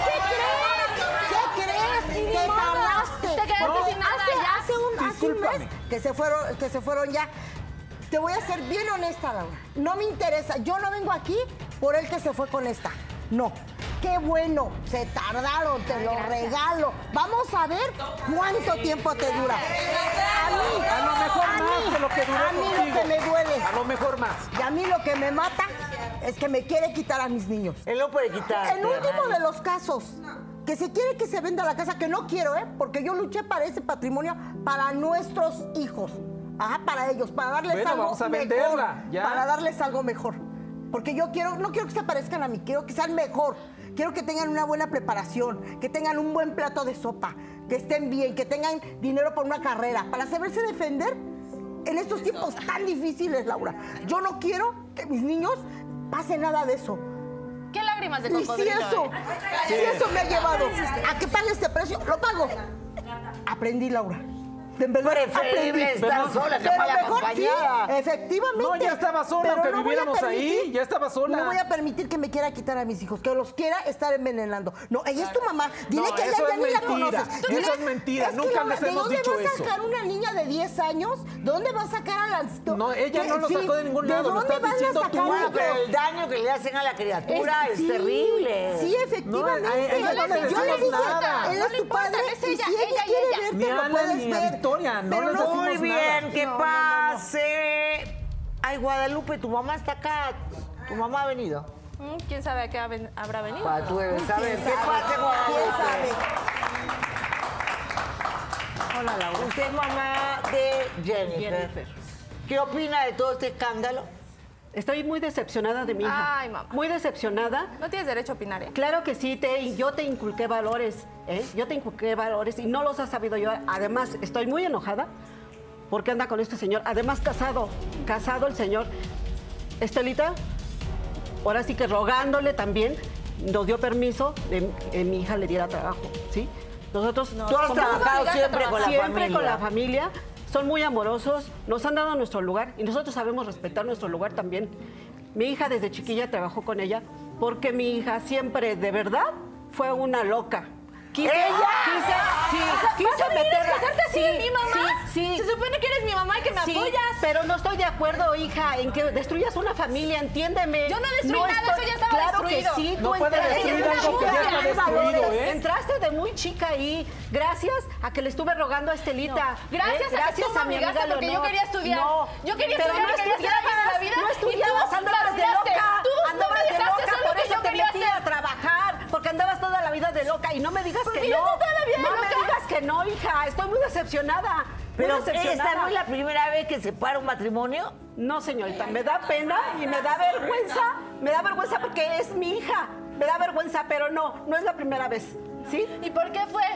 ¿Qué crees? ¿Qué crees? Ni Te modo. tardaste. Te quedaste Porque sin nada hace, ya. hace un, hace un Discúlpame. mes que se fueron, que se fueron ya. Te voy a ser bien honesta, Laura. No me interesa. Yo no vengo aquí por el que se fue con esta. No. Qué bueno. Se tardaron, te lo regalo. Vamos a ver cuánto tiempo te dura. A mí, A lo mejor a más mí, de lo que duró a mí contigo. lo que me duele. A lo mejor más. Y a mí lo que me mata es que me quiere quitar a mis niños. Él no puede quitar. En último de los casos, que se quiere que se venda la casa, que no quiero, ¿eh? Porque yo luché para ese patrimonio para nuestros hijos. Ajá, para ellos, para darles Bueno, algo vamos a mejor. venderla, ya. Para darles algo mejor. Porque yo quiero, no quiero que se parezcan a mí, quiero que sean mejor. Quiero que tengan una buena preparación, que tengan un buen plato de sopa, que estén bien, que tengan dinero por una carrera, para saberse defender en estos tiempos tan difíciles, Laura. Yo no quiero que mis niños pasen nada de eso. ¿Qué lágrimas de Y si cocodrilo? eso, eh? si eso me ha llevado a que pague este precio, lo pago. Aprendí, Laura. De verdad, Preferible aprendí. estar Pero- sola que pero mal mejor sí, acompañada. efectivamente. No, ya estaba sola, Pero aunque no voy a viviéramos ahí, permitir- ya estaba sola. No voy a permitir que me quiera quitar a mis hijos, que los quiera estar envenenando. No, ella es tu mamá. Dile No, que ella eso ya es ni la mentira. conoces. Eso Dile- es mentira. que, Nunca Laura, les hemos ¿de dicho dónde va a eso. sacar una niña de diez años? ¿De dónde va a sacar a las... No, ella ¿Qué? no lo Sí, sacó de ningún ¿de lado, lo dónde estás van a diciendo sacar tú. Bueno, ellos? pero el daño que le hacen a la criatura es, sí, terrible. Sí, efectivamente. No, a ella no le Yo decimos dije, nada. Él No es le tu importa, padre es y ella, si ella, ella y quiere ella. verte, Ni lo Alan puedes ni a ver. Victoria, no Pero les decimos Muy nada. bien, que No, no, no, no. pase. Ay, Guadalupe, tu mamá está acá. Tu mamá ha venido. Mm, ¿Quién sabe a qué haben- habrá venido? Para tú debes saber. ¿Quién ¿Qué sabe? pasa, Guadalupe? ¿Quién sabe? Hola, Laura. Usted es mamá de Jennifer. Jennifer. ¿Qué opina de todo este escándalo? Estoy muy decepcionada de mi hija. Ay, mamá. Muy decepcionada. No tienes derecho a opinar, ¿eh? Claro que sí, te, yo te inculqué valores, ¿eh? Yo te inculqué valores y no los has sabido yo. Además, estoy muy enojada porque anda con este señor. Además, casado, casado el señor. Estelita, ahora sí que rogándole también, nos dio permiso de que mi hija le diera trabajo, ¿sí? Nosotros Tú has somos- trabajado siempre con la siempre familia. con la familia. Son muy amorosos, nos han dado nuestro lugar y nosotros sabemos respetar nuestro lugar también. Mi hija desde chiquilla trabajó con ella porque mi hija siempre, de verdad, fue una loca. Quise, ¿Ella? quise, sí, ¿Vas quise a venir a meterla. expresarte así Sí, de mi mamá? Sí, sí. Se supone que eres mi mamá y que me Sí, apoyas. pero no estoy de acuerdo, hija, en que destruyas una familia, entiéndeme. Yo no destruí nada, eso ya estaba claro destruido. que sí, No tú puedes entraste destruir de algo que ya muy está chica, destruido, ¿eh? Entraste de muy chica ahí, gracias a que le estuve rogando a Estelita. Gracias ¿eh? a que tú me obligaste porque yo Leonor. quería estudiar. No, Yo quería pero estudiar, no quería hacer algo en la vida, No y estudiabas, tú andabas de me arruinaste. loca. Tú no andabas me de dejaste loca, hacer lo por que eso yo te quería metí hacer. a trabajar, porque andabas toda la vida de loca. Y no me digas Pues que yo no. no toda la vida de no loca. me digas que no, hija. Estoy muy decepcionada. Pero muy decepcionada. esta no es la primera vez que se para un matrimonio. No, señorita, me da pena y me da vergüenza. Me da vergüenza porque es mi hija. Me da vergüenza, pero no, no es la primera vez. ¿Sí? ¿Y por qué fue?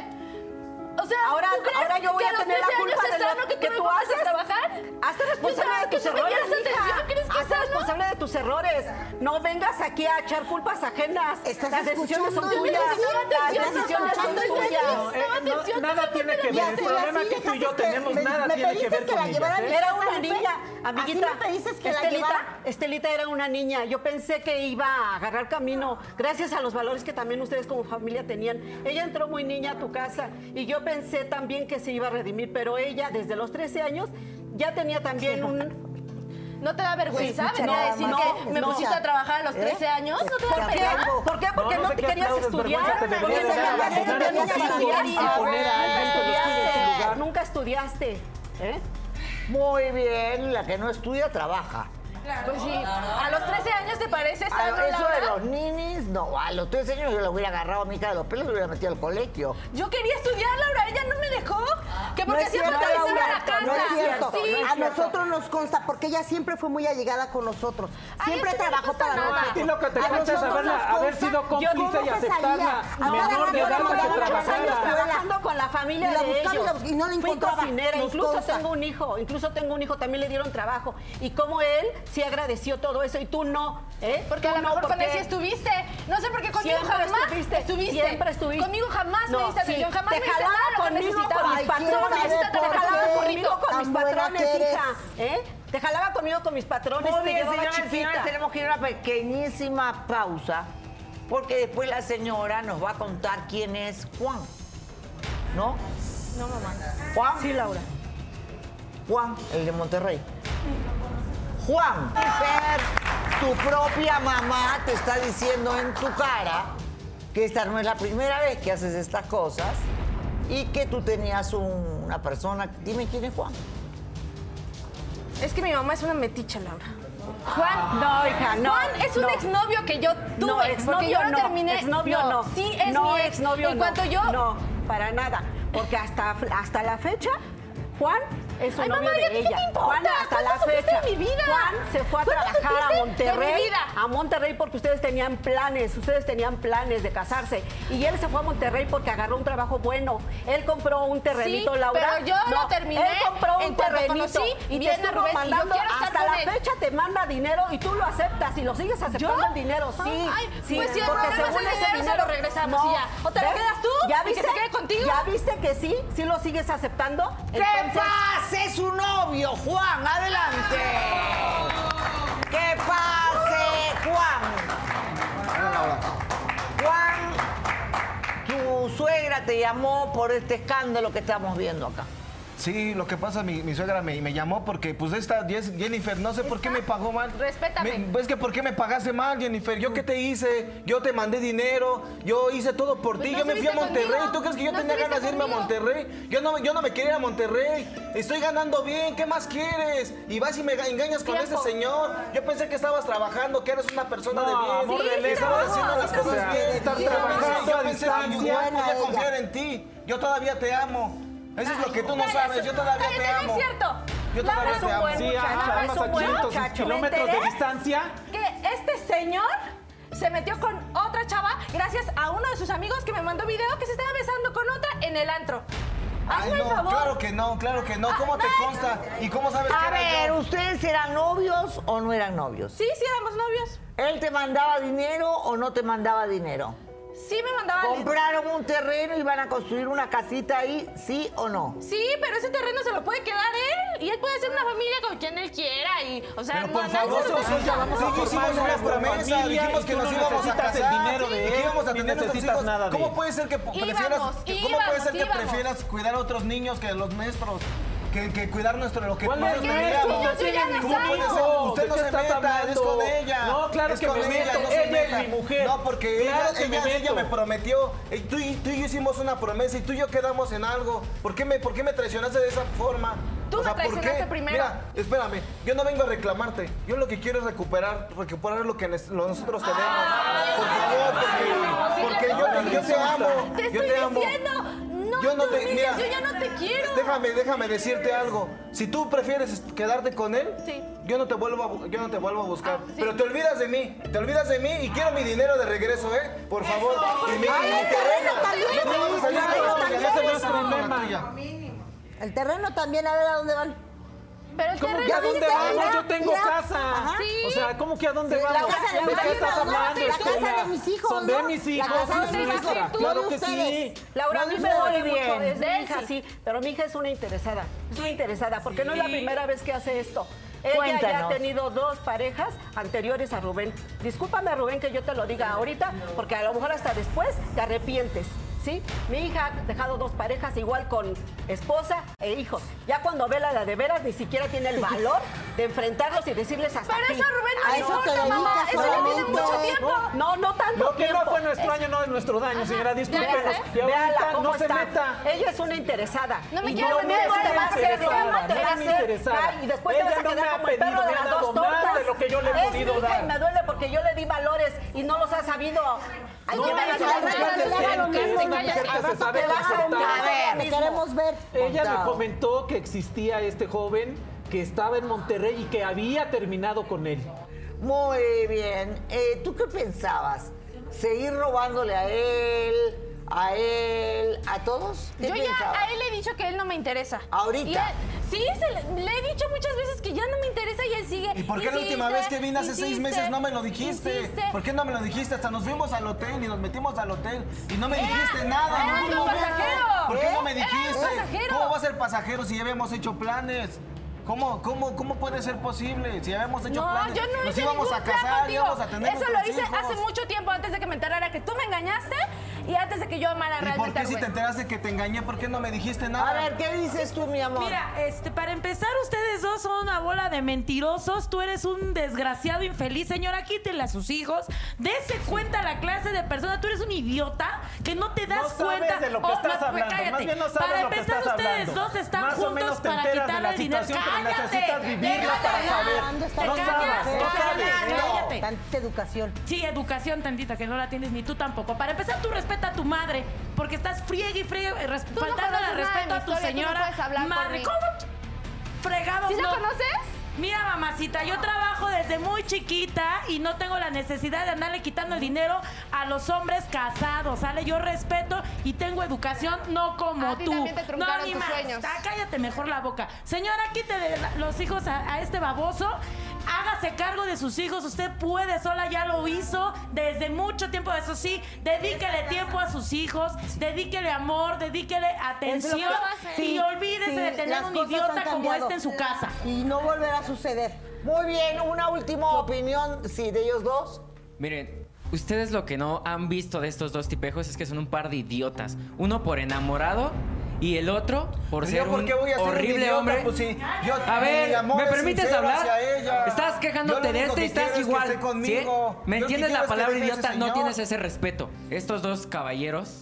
O sea, Ahora, ¿tú crees ahora yo voy que a los tener la trece culpa años de es lo sano que, que tú, tú me pongas haces. a trabajar? Hazte responsable O sea, de que tus tú me errores, quieras atención, hija. ¿crees que es Hazte sano? responsable de tus errores. No vengas aquí a echar culpas ajenas. ¿Estás Las decisiones son escuchando? tuyas. Necesitaba Las atención, decisiones son necesitaba tuyas. atención. Eh, no, atención, nada tú tiene que Y ver. El así, problema así que tú y yo dejaste tenemos me- nada me tiene que pediste ver que con la ellas, llevara ¿eh? al Era una Guadalupe. niña, Así amiguita. me pediste que la Estelita, llevara. Estelita era una niña. Yo pensé que iba a agarrar camino gracias a los valores que también ustedes como familia tenían. Ella entró muy niña a tu casa y yo pensé también que se iba a redimir, pero ella desde los trece años ya tenía también un... ¿No te da vergüenza Sí, venir a no, decir no, que me no. pusiste a trabajar a los trece años? ¿No te da ¿Por qué? vergüenza? ¿Por qué? Porque No, no, no sé te qué querías aplaudes, estudiar. vergüenza te Porque debería se dar, querías poner a tus estudiar, hijos estudiar, y poner a alguien que los cuide en su estudiaste. lugar. Nunca estudiaste. ¿eh? Muy bien, la que no estudia trabaja. Pues sí, a los trece años te parece A sano, lo- eso Laura? de los ninis, no, a los tres años yo le hubiera agarrado a mi hija de los pelos y le hubiera metido al colegio. Yo quería estudiar, Laura, ella no me dejó. Que porque No es siempre cierto, te avisaba a la Laura, casa. no es cierto. Sí. A nosotros nos consta, porque ella siempre fue muy allegada con nosotros. Siempre eso no me trabajó consta para nada. nosotros. Y lo que te A consta es nosotros haberla- nos haber consta sido cómplice cómo y se aceptarla salía. menor Ahora, de yo edad le para que mandaba trabajara. años Trabajando con la familia Y la de buscaba y ellos. la bus- y no la Fui encontraba. cocinera, Nos incluso consta. tengo un hijo, incluso tengo un hijo, también le dieron trabajo. Y como él sí agradeció todo eso y tú no, ¿eh? Porque a Tú lo no, mejor con porque él sí estuviste. No sé por qué conmigo siempre jamás estuviste, estuviste. Siempre estuviste. Conmigo jamás No, me diste atención, sí, jamás te me diste jalaba nada lo que conmigo necesitaba. con mis Ay, patrones, quiero saber te por jalaba qué. conmigo con Tan mis buena patrones, que eres. hija, ¿eh? Te jalaba conmigo con mis patrones, Muy te bien, llevaba señoras y chiquita. señores, tenemos que ir a una pequeñísima pausa, porque después la señora nos va a contar quién es Juan. ¿No? No, mamá. Juan. Sí, Laura. Juan, el de Monterrey. Juan, Fer, tu propia mamá te está diciendo en tu cara que esta no es la primera vez que haces estas cosas y que tú tenías un- una persona. Dime quién es Juan. Es que mi mamá es una meticha, Laura. Juan, No, hija, no. Juan es un no. exnovio que yo tuve. No, porque exnovio yo no, no, terminé. exnovio no. Sí, es no, mi ex. exnovio En no. cuanto yo. No, para nada. Porque hasta, hasta la fecha, Juan es un Ay, novio mamá, ¿y a de ti qué ella. te importa? Juan hasta ¿Cuándo la supiste fecha. de mi vida? Juan se fue a ¿Cuándo trabajar a supiste de mi Monterrey. vida? A Monterrey porque ustedes tenían planes, ustedes tenían planes de casarse. Y él se fue a Monterrey porque agarró un trabajo bueno. Él compró un terrenito, Sí, Laura. pero yo lo terminé Él compró en un cuanto terrenito. conocí Y te bien a estuvo Rubén, y yo mandando quiero estar hasta con la él. fecha te manda dinero y tú lo aceptas y lo sigues aceptando ¿Yo? el dinero, sí. Ay, sí, pues si el porque problema es según el ese dinero, se lo regresamos y ya. ¿O te lo ¿ves? quedas tú ¿Ya y que viste? se quede contigo? ¿Ya viste que sí? ¿Sí lo sigues aceptando? ¡Que pase su novio, Juan! ¡Adelante! ¡Que pase, Juan! Juan, tu suegra te llamó por este escándalo que estamos viendo acá. Sí, lo que pasa, mi, mi suegra me, me llamó porque, pues, esta Jess- Jennifer, no sé por qué me pagó mal. Respétame. Me- pues que, ¿por qué me pagaste mal, Jennifer? ¿Yo qué te hice? Yo te mandé dinero, yo hice todo por Pues ti, no yo me fui a estuviste Monterrey. conmigo. ¿Tú crees que yo No tenía ganas de estuviste irme a Monterrey? Yo no, yo no me quería ir a Monterrey. Estoy ganando bien, ¿qué más quieres? Y vas y me ga- engañas con Tiempo. ese señor. Yo pensé que estabas trabajando, que eres una persona No, de bien. amor de que lejos. estabas haciendo las O cosas sea, bien. estar Sí, yo trabajando pensé- yo a pensé que yo distancia. podía confiar en ti. Yo todavía te amo. Eso es lo que tú no sabes, yo todavía te Cállate, amo. no es cierto. Yo Laura todavía es te un amo. buen Sí, muchacho. a, Laura es además a un buen quinientos muchacho. kilómetros Me de enteré distancia. que este señor se metió con otra chava gracias a uno de sus amigos que me mandó video que se estaba besando con otra en el antro. Ay, Hazme el no, favor. claro que no, claro que no. ¿Cómo te consta? ¿Y cómo sabes que A era ver, yo? ¿ustedes eran novios o no eran novios? Sí, sí éramos novios. ¿Él te mandaba dinero o no te mandaba dinero? Sí me mandaba... ¿Compraron un terreno y van a construir una casita ahí, sí o no? Sí, pero ese terreno se lo puede quedar él y él puede hacer una familia con quien él quiera y, o sea, Pero no, por nadie favor, se lo nosotros puede ya quitar. vamos a formar una promesa. familia Dijimos y que tú nos no íbamos a necesitas el casar. dinero de y que él, íbamos a ni tener nuestros necesitas hijos. nada de ¿Cómo él. puede ser que prefieras, Íbamos, que- ¿cómo puede íbamos, ser que íbamos. prefieras cuidar a otros niños que a los nuestros? Que, que cuidar nuestro lo que ¿Cuál nosotros es? teníamos. Yo- yo ya no ¿Cómo puede salgo. ser? Usted ¿De no qué se estás meta, es hablando? con ella. No, claro Es que con me ella, meto. no se Ella es meta. mi mujer. No, porque Claro ella, que me ella, ella meto. me prometió. Y tú, y tú y yo hicimos una promesa y tú y yo quedamos en algo. ¿Por qué me, por qué me traicionaste de esa forma? Tú me ¿por traicionaste qué? primero. Mira, espérame, yo no vengo a reclamarte. Yo lo que quiero es recuperar, recuperar lo que nes- lo nosotros tenemos. Por favor, porque, porque yo, yo te amo. Te yo estoy te amo. diciendo, no, Yo no tú te, dices, mira, yo ya no te quiero. Déjame, déjame decirte algo. Si tú prefieres quedarte con él, Sí. yo no te vuelvo a, bu- yo no te vuelvo a buscar. Ah, sí. Pero te olvidas de mí, te olvidas de mí y quiero mi dinero de regreso, ¿eh? Por favor. Y mi, y mi terreno. también, No te vas a salir el con terreno la tuya, no también, te vas a salir con la problema. tuya. El terreno también, a ver a dónde van. Pero el ¿Cómo terreno que a dónde dice- vamos? mira, Yo tengo mira. casa. Ajá. Sí. O sea, ¿cómo que a dónde Sí, la vamos? casa de ¿De mis qué hijos, estás ¿no? hablando, La casa Estela? de mis hijos, Son de ¿no? mis La hijos, casa es de mis nuestra. hijos, tú, Claro de que sí. ustedes. Laura, a No mí de me duele ustedes. mucho, es mi De hija, sí. sí, pero mi hija es una interesada, es una interesada, porque no es la primera vez que hace esto. Ella ya Cuéntanos. ha tenido dos parejas anteriores a Rubén. Discúlpame, Rubén, que yo te lo diga ahorita, porque a lo mejor hasta después te arrepientes, ¿sí? Mi hija ha dejado dos parejas, igual con esposa e hijos. Ya cuando ve la de veras, ni siquiera tiene el valor de enfrentarlos y decirles hasta Pero aquí. eso a Rubén no A le eso te importa, mamá. dedicas Eso ya tiene solamente. mucho tiempo. No, no tanto Lo que tiempo. no fue nuestro año no es nuestro daño, señora. Discúlpenos. ya sé. Y ahorita Véala cómo no se está. meta. Ella es una interesada. No me Y quiero lo meter, mismo no te va a me hacer, interesada, Roma, te no va a es mi hacer. interesada. Ay, y después Ella te vas a no me quedar ha como el pedido perro de ni ha las dado dos nada tortas. de lo que yo le he Es podido mi hija dar. y me duele porque yo le di valores y no los ha sabido. Ay, No, que ella me es vas a una dar mujer valores, decente, haga lo mismo, es una no mujer te- que se al rato sabe te vas a comportar. hundir A ver, ahora te mismo. queremos ver. Ella me Contado. comentó que existía este joven que estaba en Monterrey y que había terminado con él. Muy bien. Eh, ¿Tú qué pensabas? ¿Seguir robándole a él, a él, a todos? ¿Qué Yo ya pensabas? a él le he dicho que él no me interesa. ¿Ahorita? Y él- sí, se le, le he dicho muchas veces que ya no me interesa y él sigue ¿Y por qué la última vez que vine hace seis meses no me lo dijiste? Insiste. ¿Por qué no me lo dijiste? Hasta nos fuimos al hotel y nos metimos al hotel y no me dijiste Era- nada. era no, un no, pasajero. ¿Por qué no me Era un dijiste? pasajero. ¿Cómo va a ser pasajero si ya habíamos hecho planes? ¿Cómo, cómo, ¿Cómo puede ser posible? Si habíamos hecho No, planes, yo no nos hice íbamos ningún a plan casar, contigo. íbamos a tener Eso lo nuestros hice hijos. hace mucho tiempo antes de que me enterara que tú me engañaste y antes de que yo amara ¿Y por realmente qué al si güey. te enteraste que te engañé, por qué no me dijiste nada? A ver, ¿qué dices tú, mi amor? Mira, este, para empezar, ustedes dos son una bola de mentirosos. Tú eres un desgraciado infeliz. Señora, quítele a sus hijos. Dese cuenta la clase de persona. Tú eres un idiota que no te das No sabes cuenta. de lo que Oh, estás no, hablando. cállate. Más bien no sabes para lo que empezar, estás ustedes hablando. dos están Más o juntos menos te para enteras de quitarle la dinero. situación, pero ¡Cállate! necesitas vivirla Déjate para hablar. saber. ¿Te No callas? sabes, no Cállate, sabes. cállate. Tanta educación. Sí, educación tantita, que no la tienes ni tú tampoco. Para empezar, tú respeta a tu madre, porque estás friegue y friegue, eh, res- no faltando conoces al nada respeto de a mi tu historia, tú no señora puedes hablar por madre. mí. ¿Cómo fregados ¿Sí la no? conoces? Mira, mamacita, yo trabajo desde muy chiquita y no tengo la necesidad de andarle quitando el dinero a los hombres casados, ¿sale? Yo respeto y tengo educación, no como A ti tú. también te no, truncaron ni tus más. sueños. Ah, cállate mejor la boca. Señora, quítele la- los hijos a, a este baboso. Hágase cargo de sus hijos. Usted puede sola, ya lo hizo desde mucho tiempo. Eso sí, dedíquele tiempo a sus hijos, dedíquele amor, dedíquele atención Es lo que- y Sí, olvídese sí, de tener las un cosas idiota han como cambiado. este en su casa. Y no volverá a suceder. Muy bien, una última opinión, sí, de ellos dos. Miren, ustedes lo que no han visto de estos dos tipejos es que son un par de idiotas. Uno por enamorado y el otro por ¿Yo ser por un qué voy a ser un horrible idiota? hombre. Pues sí, yo- A mi ver, amor ¿me es permites sincero hablar? hacia ella. Estás Yo quejándote lo de único este y que estás quiero es que igual. esté conmigo. ¿sí? ¿Me Yo lo que entiendes quiero la es que palabra deje a ese idiota? No señor. tienes ese respeto. Estos dos caballeros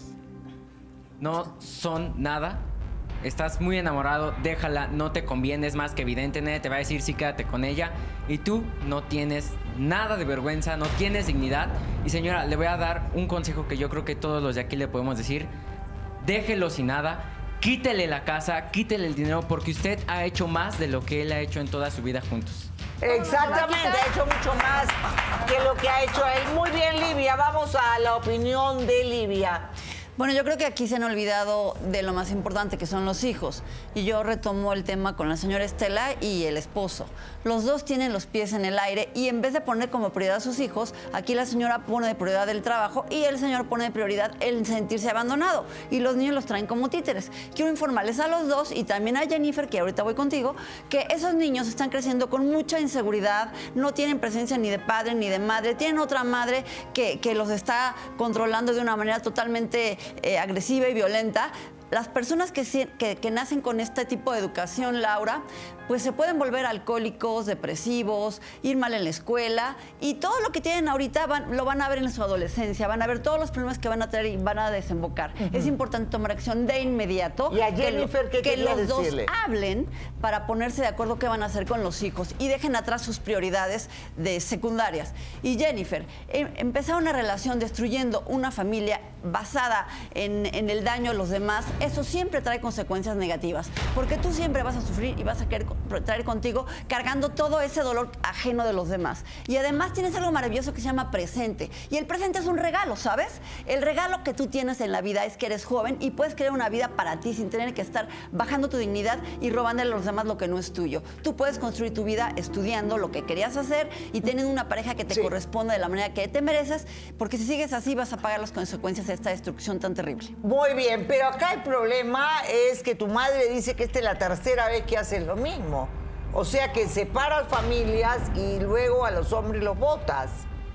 no son nada. Estás muy enamorado, déjala, no te conviene, es más que evidente, nadie te va a decir sí, quédate con ella. Y tú no tienes nada de vergüenza, no tienes dignidad. Y señora, le voy a dar un consejo que yo creo que todos los de aquí le podemos decir. Déjelo sin nada, quítele la casa, quítele el dinero, porque usted ha hecho más de lo que él ha hecho en toda su vida juntos. Exactamente, ha hecho mucho más que lo que ha hecho él. Muy bien, Livia, vamos a la opinión de Livia. Bueno, yo creo que aquí se han olvidado de lo más importante, que son los hijos. Y yo retomo el tema con la señora Estela y el esposo. Los dos tienen los pies en el aire y en vez de poner como prioridad a sus hijos, aquí la señora pone de prioridad el trabajo y el señor pone de prioridad el sentirse abandonado. Y los niños los traen como títeres. Quiero informarles a los dos y también a Jennifer, que ahorita voy contigo, que esos niños están creciendo con mucha inseguridad, no tienen presencia ni de padre ni de madre, tienen otra madre que, que los está controlando de una manera totalmente eh, agresiva y violenta. Las personas que, que, que nacen con este tipo de educación, Laura, pues se pueden volver alcohólicos, depresivos, ir mal en la escuela y todo lo que tienen ahorita van, lo van a ver en su adolescencia, van a ver todos los problemas que van a tener y van a desembocar. Uh-huh. Es importante tomar acción de inmediato. Y a Jennifer, que, ¿qué que los decirle? dos hablen para ponerse de acuerdo qué van a hacer con los hijos y dejen atrás sus prioridades de secundarias. Y Jennifer, em, empezar una relación destruyendo una familia basada en, en el daño a los demás, eso siempre trae consecuencias negativas, porque tú siempre vas a sufrir y vas a querer traer contigo cargando todo ese dolor ajeno de los demás. Y además tienes algo maravilloso que se llama presente. Y el presente es un regalo, ¿sabes? El regalo que tú tienes en la vida es que eres joven y puedes crear una vida para ti sin tener que estar bajando tu dignidad y robándole a los demás lo que no es tuyo. Tú puedes construir tu vida estudiando lo que querías hacer y teniendo una pareja que te sí. corresponde de la manera que te mereces, porque si sigues así vas a pagar las consecuencias de esta destrucción tan terrible. Muy bien, pero acá el problema es que tu madre dice que esta es la tercera vez que haces lo mismo. O sea que separas familias y luego a los hombres los botas.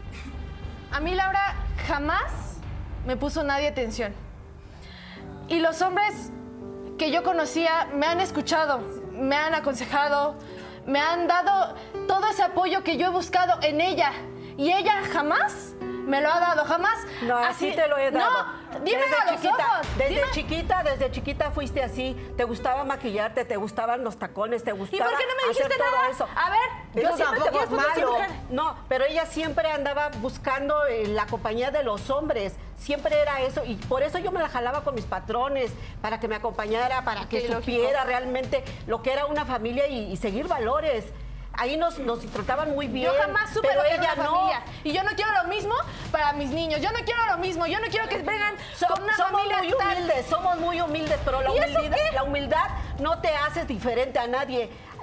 A mí, Laura, jamás me puso nadie atención. Y los hombres que yo conocía me han escuchado, me han aconsejado, me han dado todo ese apoyo que yo he buscado en ella. Y ella jamás me lo ha dado, jamás. No, así te lo he dado. No, dímelo desde a los chiquita, ojos. Desde Dime. chiquita, desde chiquita fuiste así. Te gustaba maquillarte, te gustaban los tacones, te gustaba ¿Y por qué no me hacer dijiste todo nada? eso. A ver, yo eso siempre te tampoco es malo. No, pero ella siempre andaba buscando eh, la compañía de los hombres. Siempre era eso. Y por eso yo me la jalaba con mis patrones, para que me acompañara, para que Qué supiera lógico. realmente lo que era una familia y, y seguir valores. Ahí nos, nos trataban muy bien. Yo jamás supe pero lo que era ella una no. familia. Y yo no quiero lo mismo para mis niños. Yo no quiero lo mismo. Yo no quiero que vengan So- con una somos familia muy tan- humildes, somos muy humildes, pero la ¿Y eso humildad, qué? la humildad no te haces diferente a nadie.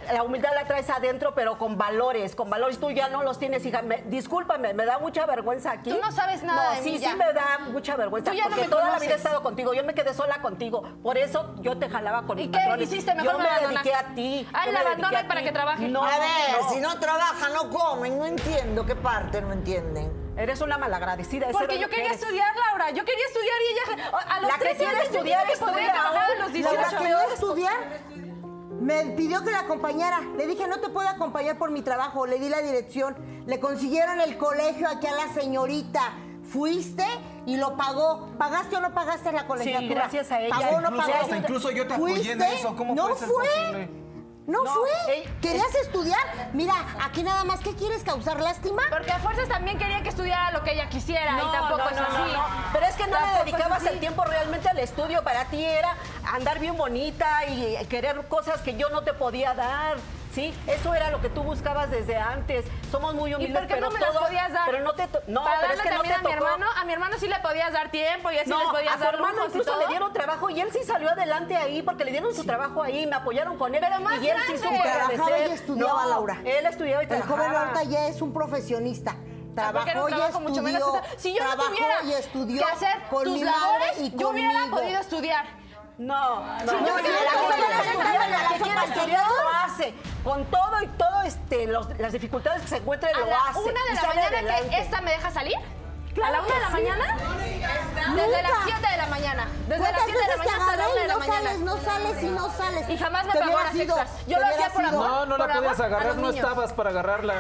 la humildad la traes adentro, pero con valores, con valores. Tú ya no los tienes, hija. Me, discúlpame, me da mucha vergüenza aquí. Tú no sabes nada no, de sí, mí ya. sí me da mucha vergüenza. Tú ya no porque me toda conoces. la vida he estado contigo. Yo me quedé sola contigo. Por eso yo te jalaba con ¿Y mis qué patrones. hiciste? Mejor yo me me abandonaste. dediqué a ti. Ay, yo la me dediqué abandonas a para ti. que trabaje. No, a ver, no. si no trabajan, no comen, no entiendo qué parte no entienden. Eres una malagradecida. eso Porque es yo lo que quería eres. estudiar, Laura. Yo quería estudiar y ella a los La que trece quiere años yo estudiar, tenía que poder estudia trabajar a ahora. los Laura dieciocho. quería estudiar. Me pidió que la acompañara. Le dije, no te puedo acompañar por mi trabajo. Le di la dirección. Le consiguieron el colegio aquí a la señorita. Fuiste y lo pagó. ¿Pagaste o no pagaste la colegiatura? Sí, gracias a ella. ¿Pagó o no Incluso- pagó? hasta incluso yo te apoyé en ¿Fuiste? eso. ¿Cómo no puede ser fue. posible? No, No, fue. ey, ¿Querías estudiar? Mira, aquí nada más, ¿qué quieres? ¿Causar lástima? Porque a fuerzas también quería que estudiara lo que ella quisiera No, y tampoco no, es no, así. no, no. Pero es que no Tampoco le es dedicabas así. el tiempo realmente al estudio. Para ti era andar bien bonita y querer cosas que yo no te podía dar. Sí, eso era lo que tú buscabas desde antes. Somos muy ¿Y humildes, por qué pero no me todo, las podías dar? Pero no te to- no, Para pero es darle que no te también a mi tocó. hermano, a mi hermano sí le podías dar tiempo y así No, les podías a tu dar hermano lujos y incluso todo. le dieron trabajo y él sí salió adelante ahí porque le dieron su trabajo ahí, me apoyaron con él. Pero más y él sí grande. supo Trabajaba agradecer. y estudiaba, No, Laura. Él estudiaba y El trabajaba. joven ahorita ya es un profesionista. Ah, porque era Trabajó un y trabajo mucho menos estudió. pesado. Si yo no Trabajó tuviera y estudió que hacer con tus mi madre labores, y yo hubiera conmigo. podido estudiar. No, no, Si no, yo si quiero la que estudiar, quiere yo estudiar, también la que la quiere quiero estudiar lo hace. Con todo y todo este, los- las dificultades que se encuentre A lo la hace. una de y la sale mañana adelante. que esta me deja salir. Claro ¿A la una de la que sí. mañana? Desde las siete de la mañana. Desde las ¿Cuántas siete de la veces te mañana hasta la agarré una de y la no mañana. sales, no sales y no sales? Y jamás me Te pagó hubieras horas ido, extras. Yo te lo hacía hubieras por ido. amor. No, no por la podías amor a agarrar, los no niños. estabas para agarrarla.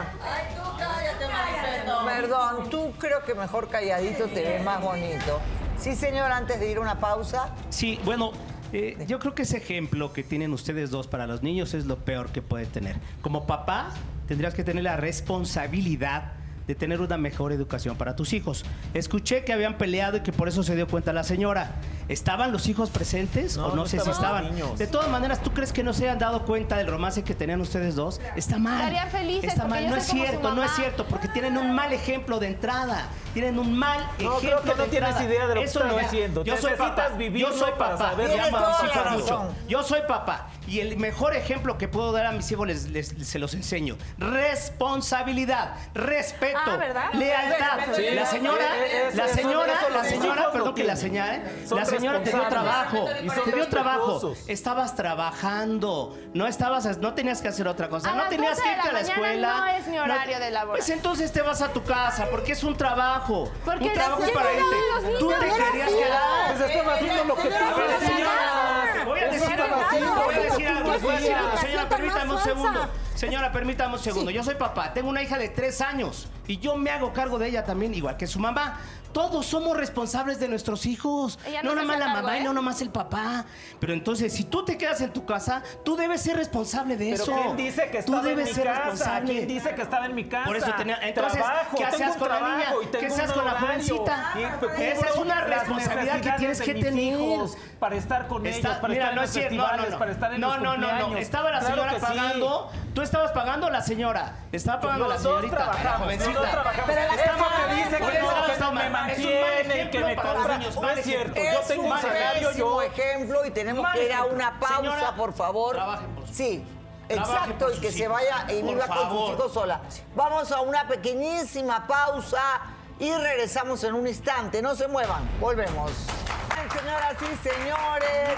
Perdón, tú creo que mejor calladito te ves más bonito. Sí, señor, antes de ir a una pausa. Sí, bueno, eh, yo creo que ese ejemplo que tienen ustedes dos para los niños es lo peor que puede tener. Como papá, tendrías que tener la responsabilidad de tener una mejor educación para tus hijos. Escuché que habían peleado y que por eso se dio cuenta la señora. ¿Estaban los hijos presentes No, o no, no sé si estaban estaban? los niños. De todas maneras, ¿tú crees que no se hayan dado cuenta del romance que tenían ustedes dos? Está mal. Estarían felices Está porque mal. yo No soy es como su cierto, no es mamá. cierto, porque tienen un mal ejemplo de entrada. Tienen un mal No, ejemplo creo que no de tienes entrada. idea de lo que Eso estás no es- diciendo. Yo soy Necesitas papá. vivirlo Yo soy para papá. saber Yo Tienes amo a mis toda la hijos mucho. razón. Yo soy papá y el mejor ejemplo que puedo dar a mis hijos les, les- se los enseño. Responsabilidad, respeto, Ah, ¿verdad? lealtad. Sí, la señora, eh, eso- la eso- señora, eso la los señora, hijos perdón lo que la tienen. señale, Son la señora te dio responsables trabajo, y son te dio trabajo. respetuosos. Estabas trabajando, no estabas, no tenías que hacer otra cosa, A no las tenías doce que de irte la a la mañana escuela. no es mi horario de labor. Pues entonces te vas a tu casa porque es un trabajo, Porque un trabajo les para llegan los irte. Tú niños. te querías quedar. Pues estaba haciendo lo que tú decías. Te voy a Eso decir algo, estaba te haciendo. voy a decir algo, les voy a decir algo. Señora, Justificación tan permítame un más segundo. falsa. Señora, permítame un segundo. Yo soy papá, tengo una hija de tres años y yo me hago cargo de ella también, igual que su mamá. Todos somos responsables de nuestros hijos. Ella no No se nomás hace la cargo, mamá y ¿eh? no nomás el papá. Pero entonces, si tú te quedas en tu casa, tú debes ser responsable de Pero eso. ¿quién dice que Tú estaba en debes mi ser casa? responsable. ¿Quién dice que estaba en mi casa? Por eso tenía. Entonces, trabajo, ¿qué tengo hacías un con la niña? trabajo y ¿Qué tengo hacías un con la horario. jovencita? Y cubro Esa es una las responsabilidad que necesidades tienes de que mis tener. hijos para estar con Está- ellos, para mira, estar en no los es cierto, no, festivales, no, no. para estar en no, los no, no, no. cumpleaños. Estaba la Claro señora que sí. pagando. ¿Tú estabas pagando o la señora? Estaba pagando Los la dos señorita, la trabajamos, jovencita. los dos trabajamos. Pero la Eso señora- que dice Por que eso no, que está no me mal. Es un mal mantiene, que ejemplo me para los compra. niños, No mal es cierto. ejemplo. Yo Es tengo un un salario, pésimo yo... ejemplo y tenemos Mal que ir a ejemplo. una pausa, Señora, por favor. trabaje por sus Sí, Trabaje exacto, por y que sus se hijos. vaya y Por viva con sus favor. hijos sola. Vamos a una pequeñísima pausa y regresamos en un instante. No se muevan, volvemos. Señoras y señores,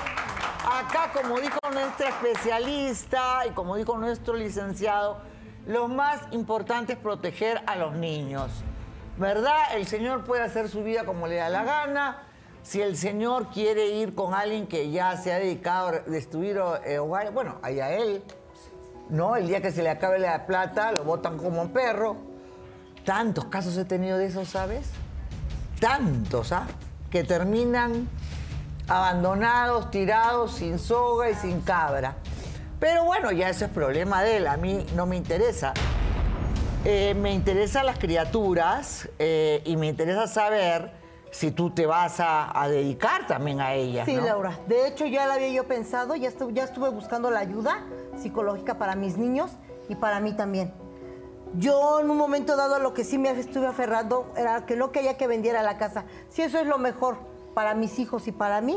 acá como dijo nuestra especialista y como dijo nuestro licenciado, lo más importante es proteger a los niños, ¿verdad? El señor puede hacer su vida como le da la gana. Si el señor quiere ir con alguien que ya se ha dedicado a destruir eh, hogares, bueno, allá él, ¿no? El día que se le acabe la plata, lo botan como un perro. Tantos casos he tenido de eso, ¿sabes? Tantos, ¿ah? Que terminan abandonados, tirados, sin soga y sin cabra. Pero bueno, ya ese es problema de él, a mí no me interesa. Eh, me interesan las criaturas eh, y me interesa saber si tú te vas a, a dedicar también a ellas, Sí, ¿no? Laura. De hecho, ya la había yo pensado, ya estuve, ya estuve buscando la ayuda psicológica para mis niños y para mí también. Yo en un momento dado a lo que sí me estuve aferrando era que no quería que vendiera la casa. Si eso es lo mejor para mis hijos y para mí,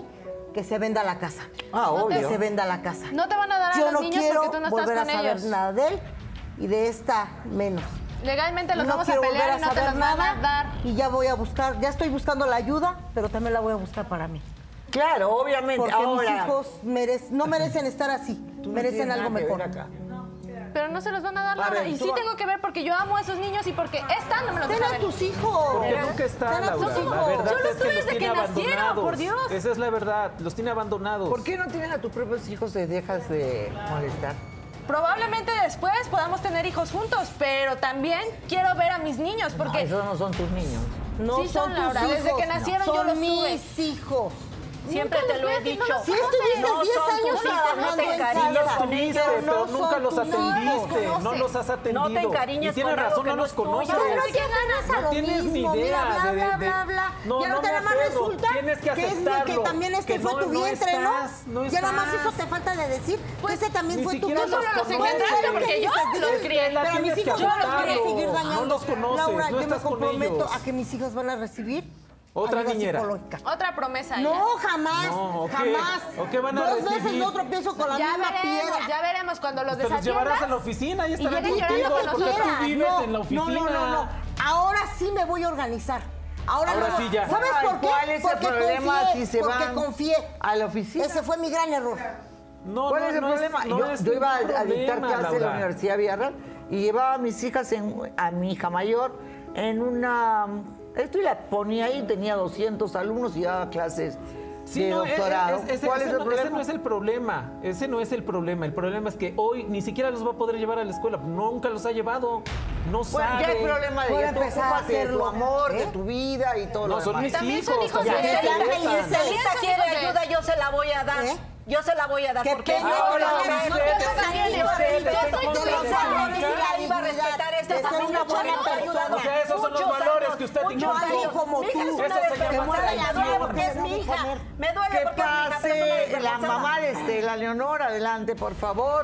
que se venda la casa. Ah, obvio. Que se venda la casa. No te van a dar a Yo los no niños quiero porque tú no estás volver a con saber ellos. nada de él y de esta menos. Legalmente los no vamos a quiero pelear volver y no te saber los van a nada, dar. Y ya voy a buscar, ya estoy buscando la ayuda, pero también la voy a buscar para mí. Claro, obviamente. Porque Ahora, mis hijos merec- no merecen estar así, no merecen tienes algo nada que ver mejor. acá. Pero no se los van a dar A nada. ver, Y tú sí va- tengo que ver porque yo amo a esos niños y porque esta no me los Ten deja a ver. tus hijos. Porque nunca está, Ten a tus Laura. La hijos. verdad Yo los es que tuve los desde tiene que nacieron, abandonados. por Dios. Esa es la verdad, los tiene abandonados. ¿Por qué no tienes a tus propios hijos y dejas de molestar? Probablemente después podamos tener hijos juntos, pero también quiero ver a mis niños No, porque esos no son tus niños. No sí son, tus Laura. hijos. Desde que nacieron son yo los tuve. mis hijos. Siempre Nunca te lo los he ves y no dicho. los Si estuviste No diez son años tus hijos, no trabajando te en encariñes Sí los casa, con tuviste, ellos. pero no nunca son los tus atendiste, hijos. no los has atendido. No te encariñes y tienes con algo razón, que no no los es tuyo. conoces. Pero no llegas a No lo tienes ni mismo, idea mira, bla, de- bla, de- bla, bla. No, ya no no te me nada más acuerdo. resulta Tienes que que, es, que aceptarlo, también este que fue no- tu no vientre, estás, ¿no? no Ya nada más estás. eso te falta de decir, que ese también Ni fue tu siquiera vientre. los los conoces. engendraste porque yo los Es crié. que Pero a mis tienes que hijos no los voy a aceptarlo. seguir No dañando. los conoces, Laura, no yo me estás con comprometo ellos. a que mis hijas van a recibir Otra ayuda niñera. psicológica. Otra promesa. No, ya. jamás, No, ¿o qué? jamás. ¿O qué van a Dos recibir? veces no tropiezo con la Ya misma veremos, piedra. ya veremos cuando los Te los desatiendas. llevarás a la oficina y estarán lleguen contigo llorando con porque tú nosotras. vives no, en la oficina. No, no, no, no. Ahora sí me voy a organizar. Ahora, Ahora no. sí ya. ¿Sabes Ay, por qué? ¿cuál es el porque problema confié, si se porque van confié. a la oficina? Ese fue mi gran error. No, ¿Cuál no, es el no problema? no yo, es yo iba a, ningún a dictar problema, clase en la Laura. Universidad Villarreal y llevaba a mis hijas, en, a mi hija mayor, en una... Esto y la ponía ahí, tenía doscientos alumnos y daba clases Sí, de no, es- doctorado. es- ese- ¿Cuál ese es el no- problema? Ese no es el problema. Ese no es el problema. El problema es que hoy ni siquiera los va a poder llevar a la escuela. Nunca los ha llevado. No Bueno, sabe. ya hay problema de Voy que a tú empezar a ocúpate de tu hacerlo, amor, ¿eh? de tu vida y todo No, lo son demás. mis También son hijos. hijos también de me él. interesan. También Si Anita son quiere hijos de él. ayuda, yo se la voy a dar. ¿Eh? Yo se la voy a dar. ¿Qué porque pena yo con la los veo. ustedes, Yo la ustedes, iba a ustedes, respetar. ustedes, Yo ustedes, la ustedes, iba a respetar esta ustedes, familia ustedes, porque me ha ustedes, ayudado O sea, esos son los muchos valores años, que usted muchos inculcó. años. como Mi hija tú. es una Eso se llama desperdiciada, me duele porque es mi hija. Me duele Que porque es mi hija, pero es una pase la desperdiciada. mamá de Estela Leonor, adelante, por favor.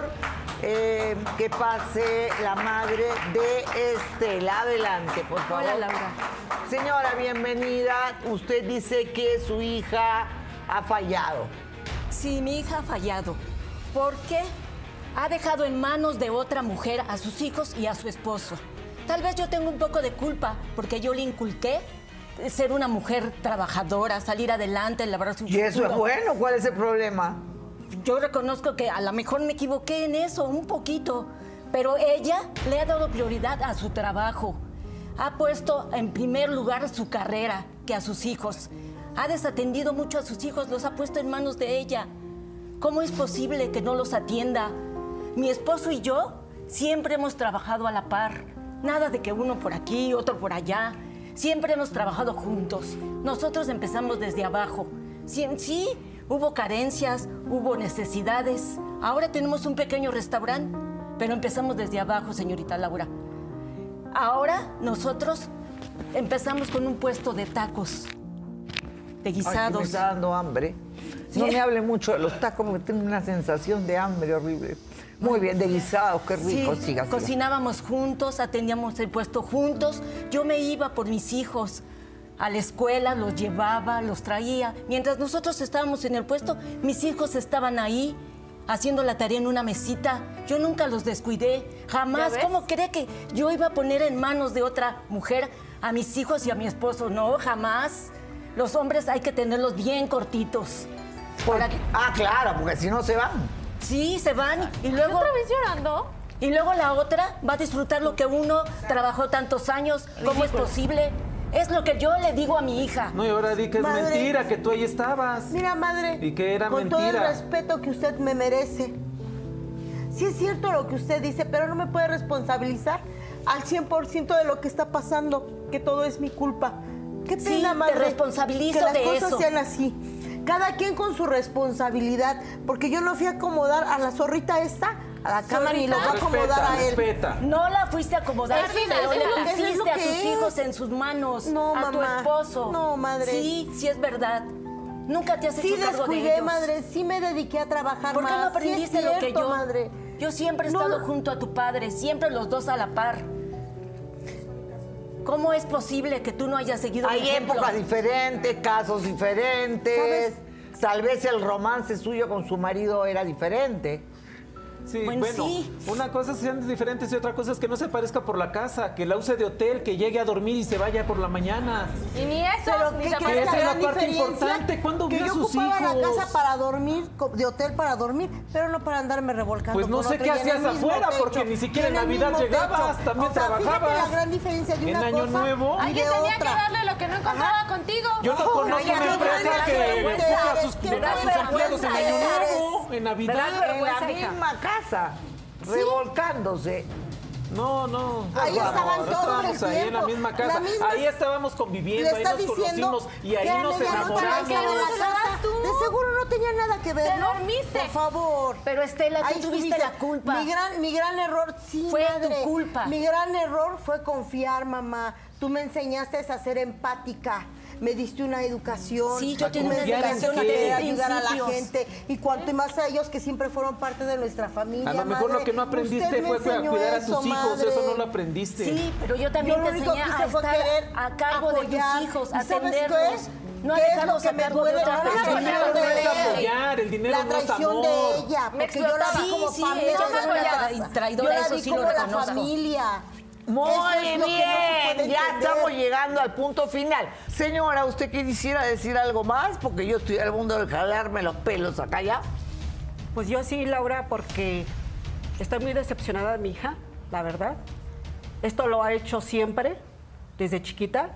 Eh, que pase la madre de Estela, adelante, por favor. Hola, Laura. Señora, bienvenida. Usted dice que su hija ha fallado. Sí, mi hija ha fallado. Porque ha dejado en manos de otra mujer a sus hijos y a su esposo. Tal vez yo tengo un poco de culpa porque yo le inculqué ser una mujer trabajadora, salir adelante, labrar su Y eso futuro. es bueno, ¿cuál es el problema? Yo reconozco que a lo mejor me equivoqué en eso, un poquito, pero ella le ha dado prioridad a su trabajo. Ha puesto en primer lugar su carrera que a sus hijos. Ha desatendido mucho a sus hijos, los ha puesto en manos de ella. ¿Cómo es posible que no los atienda? Mi esposo y yo siempre hemos trabajado a la par. Nada de que uno por aquí, otro por allá. Siempre hemos trabajado juntos. Nosotros empezamos desde abajo. Sí, sí, hubo carencias, hubo necesidades. Ahora tenemos un pequeño restaurante, pero empezamos desde abajo, señorita Laura. Ahora nosotros empezamos con un puesto de tacos, de Ay, que guisados. me está dando hambre. No Sí. me hable mucho de los tacos porque tengo una sensación de hambre horrible. Muy bien, de guisados, qué rico, Sí, siga, siga. cocinábamos juntos, atendíamos el puesto juntos. Yo me iba por mis hijos a la escuela, los llevaba, los traía. Mientras nosotros estábamos en el puesto, mis hijos estaban ahí haciendo la tarea en una mesita. Yo nunca los descuidé, jamás. ¿Ya ves? ¿Cómo cree que yo iba a poner en manos de otra mujer a mis hijos y a mi esposo? No, jamás. Los hombres hay que tenerlos bien cortitos. Para que- Ah, claro, porque si no se van. Sí, se van y luego... ¿Otra vez llorando? Y luego la otra va a disfrutar lo que uno trabajó tantos años. ¿Cómo es posible? Es lo que yo le digo a mi hija. No, y ahora di que es Madre. mentira, que tú ahí estabas. Mira, madre, Y que era con todo el mentira. respeto que usted me merece, sí es cierto lo que usted dice, pero no me puede responsabilizar al cien por ciento de lo que está pasando, que todo es mi culpa. Qué Sí, pena, te madre, responsabilizo que las de cosas eso. sean así. Cada quien con su responsabilidad, porque yo no fui a acomodar a la zorrita esta a la cama ni lo voy a acomodar a él. Respeta. No la fuiste a acomodar, Es vida, pero es le vida. Eso es lo pusiste a que tus es. hijos en sus manos, No, a tu mamá. esposo. No, madre. Sí, sí es verdad. Nunca te has Sí hecho cargo de descuidé, ellos. madre, sí me dediqué a trabajar ¿Por qué más. no aprendiste sí es lo que cierto, yo? madre. Yo siempre he No, estado no. junto a tu padre, siempre los dos a la par. ¿Cómo es posible que tú no hayas seguido mi Hay ejemplo? épocas diferentes, casos diferentes. ¿Sabes? Tal vez el romance suyo con su marido era diferente. Sí, Bueno, bueno, sí. una cosa es que sean diferentes y otra cosa es que no se parezca por la casa, que la use de hotel, que llegue a dormir y se vaya por la mañana. Y ni eso, Pero ni ¿qué se crees esa la es la gran parte diferencia? importante? ¿Cuándo que vio a yo sus ocupaba la hijos? casa para dormir, co- de hotel para dormir, pero no para andarme revolcando. Pues no con sé otra qué y en hacías el mismo afuera, techo, porque ni siquiera y en el Navidad mismo llegabas, techo. también o sea, fíjate trabajabas. la gran diferencia de En una Año cosa Nuevo. y de Alguien tenía que otra. darle lo que no encontraba contigo. Yo no conozco Cállate, una empresa cállate, que cállate, ocupa a sus, qué a sus vergüenza empleados en Año eres. Nuevo, en Navidad. En la misma casa, revolcándose. No, no. Ahí por estaban favor, no todos estábamos el ahí en la tiempo. misma casa. La misma- Ahí estábamos conviviendo, Le ahí está nos diciendo conocimos y ahí que nos ella no tenía enamoramos. que ver en la casa. De seguro no tenía nada que ver, Te ¿no? dormiste. Por favor. Pero Estela, tú Ahí tuviste estuviste. la culpa. Mi gran, mi gran error, sí, Fue tu madre. culpa. Mi gran error fue confiar, mamá. Tú me enseñaste a ser empática. Me diste una educación. Sí, yo Tú tenía me una enseñaste educación a a querer tener ayudar a la principios. gente. Y cuanto más a ellos que siempre fueron parte de nuestra familia. A lo mejor madre. lo que no aprendiste Usted me fue a enseñó cuidar a eso, tus hijos, madre. eso no lo aprendiste. Sí, pero yo también Yo te lo único enseñé que a hice fue estar querer a cargo de apoyar. tus hijos, ¿Y sabes atenderlos, qué? no ¿Qué es dejarlos lo que a me cargo de duele? otra La persona. traición dinero no es de él. apoyar, el dinero La no es traición amor. de ella, Me porque yo la explotaba. vi como Sí, sí, familia. ella yo era la una vi- traidora, yo la eso vi sí como lo la reconozco. familia. Muy Eso es lo que no se bien, puede ya entender. estamos llegando al punto final. Señora, ¿usted quisiera decir algo más? Porque yo estoy al mundo de jalarme los pelos acá ya. Pues yo sí, Laura, porque estoy muy decepcionada de mi hija, la verdad. Esto lo ha hecho siempre, desde chiquita.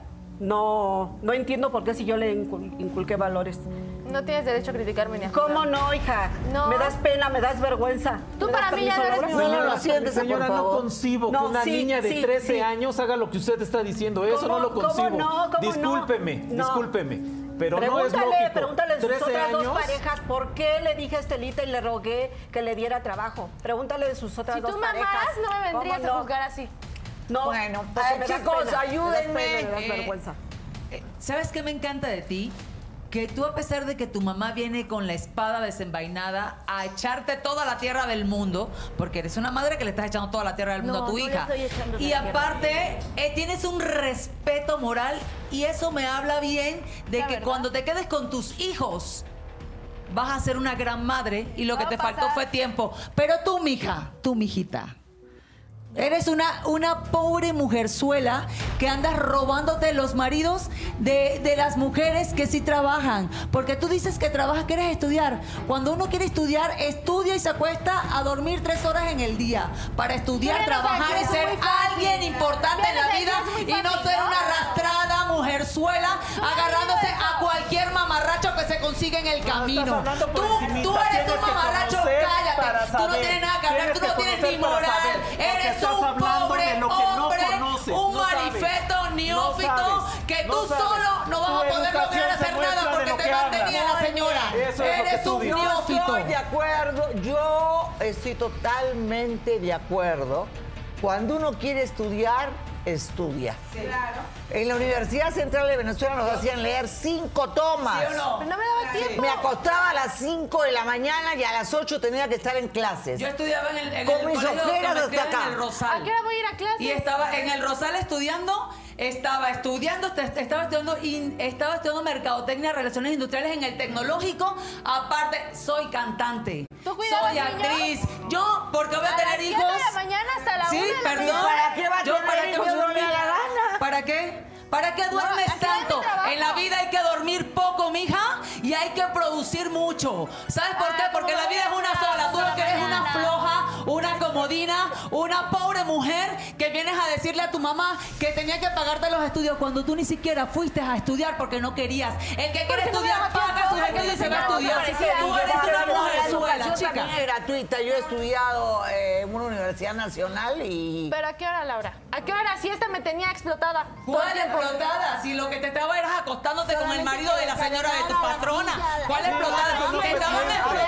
No, no entiendo por qué si yo le incul- inculqué valores. No tienes derecho a criticarme ni a ¿Cómo juzgarme. no, hija? No. Me das pena, me das vergüenza. Tú ¿Me das para mí ya permiso, no eres Laura? mi Señora, señora. no siéntese, Señora, por no favor. concibo No, que una sí, niña de sí, trece sí. años haga lo que usted está diciendo. Eso ¿Cómo- no lo cómo concibo. no? ¿Cómo no? discúlpeme, No. discúlpeme. Pero no es Pregúntale, lógico. pregúntale de sus trece otras años. dos parejas por qué le dije a Estelita y le rogué que le diera trabajo. Pregúntale de sus otras Si dos tú me parejas. amaras, no me vendrías ¿Cómo a no? juzgar así. No. Bueno, porque ay, me das chicos, pena, me das ayúdenme. pena, me das Eh, vergüenza. Eh, ¿Sabes qué me encanta de ti? Que tú, a pesar de que tu mamá viene con la espada desenvainada a echarte toda la tierra del mundo, porque eres una madre que le estás echando toda la tierra del mundo No, a tu no le hija. estoy echando Y la tierra. aparte, eh, tienes un respeto moral y eso me habla bien de La que verdad. cuando te quedes con tus hijos, vas a ser una gran madre y lo que Va te a faltó pasar. fue tiempo. Pero tú, mija, tú, mijita. Eres una, una pobre mujerzuela que andas robándote los maridos de, de las mujeres que sí trabajan. Porque tú dices que trabajas, quieres estudiar. Cuando uno quiere estudiar, estudia y se acuesta a dormir tres horas en el día. Para estudiar, Tú vienes a trabajar y decir, es ser muy fácil. alguien importante en la Vienes a vida decir, es y muy no fácil, ser ¿no? una arrastrada mujerzuela no agarrándose digas eso. a cualquier mamarracho que se consigue en el camino. hablando por Tú, encimita, tú eres tienes un que mamarracho, conocer cállate. para Tú no saber. tienes nada que hablar, Tienes tú no que tienes conocer ni para moral. saber, porque Eres estás un hablando pobre de lo que no hombre, conoces, un no sabes. marifeto No neófito sabes, que no tú sabes. solo no vas Tu a poder educación lograr se hacer muestra nada de porque lo te que mantenía hablas. la señora. Eso es lo que Eres tú un dices. Yo neófito. estoy de acuerdo, yo estoy totalmente de acuerdo. Cuando uno quiere estudiar, estudia. Claro. En la Universidad Central de Venezuela nos hacían leer cinco tomas. ¿Sí o no? Pero no me daba tiempo. Me acostaba a las cinco de la mañana y a las ocho tenía que estar en clases. Yo estudiaba en el, en Con el mis colegio ojeras que me hasta criaron acá. en el Rosal. ¿A qué hora voy a ir a clases? Y estaba en el Rosal estudiando, estaba estudiando, est- estaba estudiando, in- estaba estudiando mercadotecnia, relaciones industriales en el tecnológico. Aparte, soy cantante. ¿Tú cuidabas Soy niños? actriz. Yo, porque voy a, A tener las siete hijos. de la mañana hasta la Sí, una de la perdón. mañana. ¿Para qué va a Yo, tener ¿para qué hijos voy a si no le dormir? da la gana? ¿Para qué? ¿Para qué duermes aquí va mi tanto? trabajo. En la vida hay que dormir poco, mija, y hay que producir mucho. ¿Sabes por qué? Ah, Porque ¿cómo la vida es una ves? sola. Tú lo que eres es una Mañana. floja, una comodina, una pobre mujer que vienes a decirle a tu mamá que tenía que pagarte los estudios cuando tú ni siquiera fuiste a estudiar porque no querías. El que quiere Porque no me estudiar daba paga tiempo. sus estudios y se va a estudiar. Parecía Tú eres una La mujerzuela, educación chica. también es gratuita. Yo he estudiado eh, en una universidad nacional y... ¿Pero a qué hora, Laura? ¿A qué hora? Si esta me tenía explotada. Todo ¿Cuál el tiempo. explotada? Si lo que te estaba eras acostándote con el Solamente marido de la que señora de tu calentara la patrona. silla, la- ¿Cuál Sí, explotada? no, no, Te no, estaban no, explotando no, las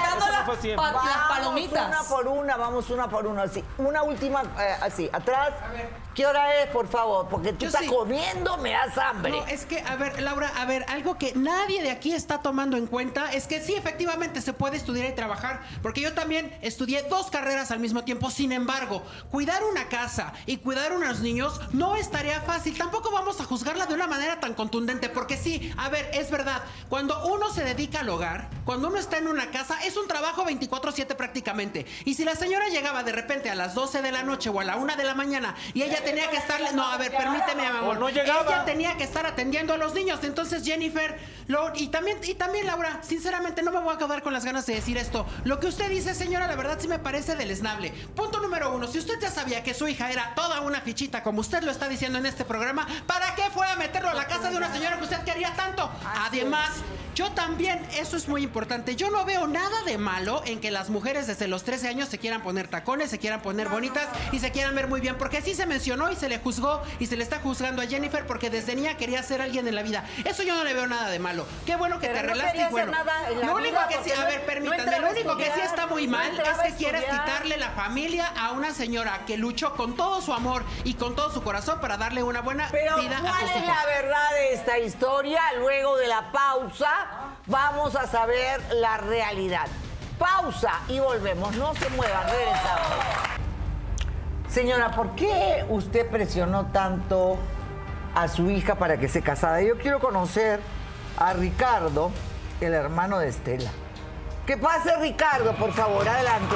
triunfa siempre. pa- las palomitas. Vamos una por una, vamos una por una, así. Una última, eh, así, atrás. ¿Qué hora es, por favor? Porque tú Yo estás sí. comiendo, me das hambre. No, es que, a ver, Laura, a ver, algo que nadie de aquí está tomando en cuenta es que sí, efectivamente, se puede estudiar y trabajar, porque yo también estudié dos carreras al mismo tiempo. Sin embargo, cuidar una casa y cuidar unos niños no es tarea fácil. Tampoco vamos a juzgarla de una manera tan contundente, porque sí, a ver, es verdad, cuando uno se dedica al hogar, cuando uno está en una casa, es un trabajo veinticuatro siete prácticamente. Y si la señora llegaba de repente a las doce de la noche o a la una de la mañana y ella tenía que estarle... No, a ver, permíteme, mi amor. O no llegaba. Ella tenía que estar atendiendo a los niños. Entonces, Jennifer, lo, y, también, y también, Laura, sinceramente, no me voy a quedar con las ganas de decir esto. Lo que usted dice, señora, la verdad sí me parece deleznable. Punto número uno. Si usted ya sabía que su hija era toda una fichita, como usted lo está diciendo en este programa, ¿para qué fue a meterlo a la casa de una señora que usted quería tanto? Además, yo también, eso es muy importante, yo no veo nada de malo en que las mujeres desde los trece años se quieran poner tacones, se quieran poner bonitas y se quieran ver muy bien, porque sí se mencionó y se le juzgó y se le está juzgando a Jennifer porque desde niña quería ser alguien en la vida. Eso yo no le veo nada de malo. Qué bueno que Pero te no arreglaste quería y bueno. hacer nada en la Lo único vida que sí, porque a no- ver, no permítanme, entraba lo a único que sí estudiar, está muy no mal entraba es a que quieras estudiar. quitarle la familia a una señora que luchó con todo su amor y con todo su corazón para darle una buena Pero vida a ¿cuál sus es hijos. la verdad de esta historia? Luego de la pausa vamos a saber la realidad. Pausa y volvemos. No se muevan, regresamos. Señora, ¿por qué usted presionó tanto a su hija para que se casara? Yo quiero conocer a Ricardo, el hermano de Estela. Que pase Ricardo, por favor, adelante.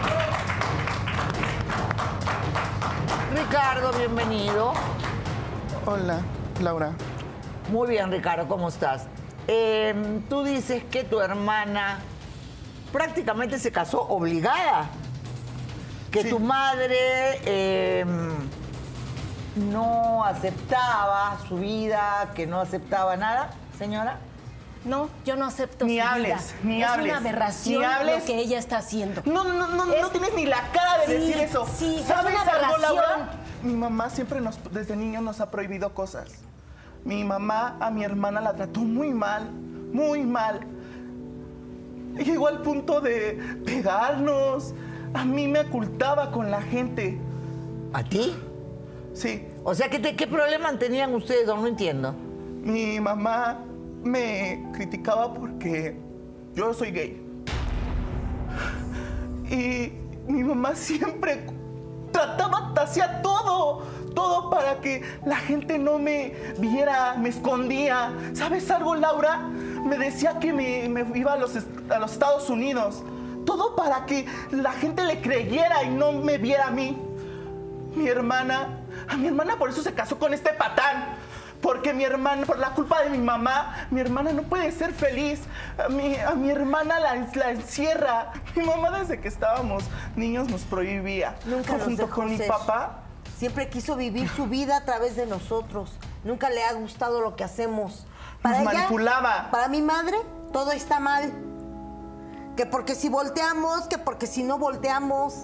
Ricardo, bienvenido. Hola, Laura. Muy bien, Ricardo, ¿cómo estás? Eh, tú dices que tu hermana prácticamente se casó obligada. Que Sí. tu madre eh, no aceptaba su vida, que no aceptaba nada, señora. No, yo no acepto Ni su hables, vida. ni es hables, una aberración ni hables. lo que ella está haciendo. No, no, no, no, Es- no tienes ni la cara de Sí, decir eso. sí, es ¿Sabes una algo, aberración. Laura? Mi mamá siempre nos, desde niños nos ha prohibido cosas. Mi mamá a mi hermana la trató muy mal, muy mal. Llegó al punto de pegarnos. A mí me ocultaba con la gente. ¿A ti? Sí. O sea, ¿qué, te- qué problema tenían ustedes? No, no entiendo. Mi mamá me criticaba porque yo soy gay. Y mi mamá siempre trataba, hacía todo, todo para que la gente no me viera, me escondía. ¿Sabes algo, Laura? Me decía que me, me iba a los, est- a los Estados Unidos. Todo para que la gente le creyera y no me viera a mí. Mi hermana, a mi hermana por eso se casó con este patán. Porque mi hermana, por la culpa de mi mamá, mi hermana no puede ser feliz. A mi, a mi hermana la, la encierra. Mi mamá desde que estábamos niños nos prohibía. Nunca nos junto dejó con mi ser. papá. Siempre quiso vivir su vida a través de nosotros. Nunca le ha gustado lo que hacemos. Nos ella, manipulaba. Para mi madre, todo está mal. Que porque si volteamos, que porque si no volteamos,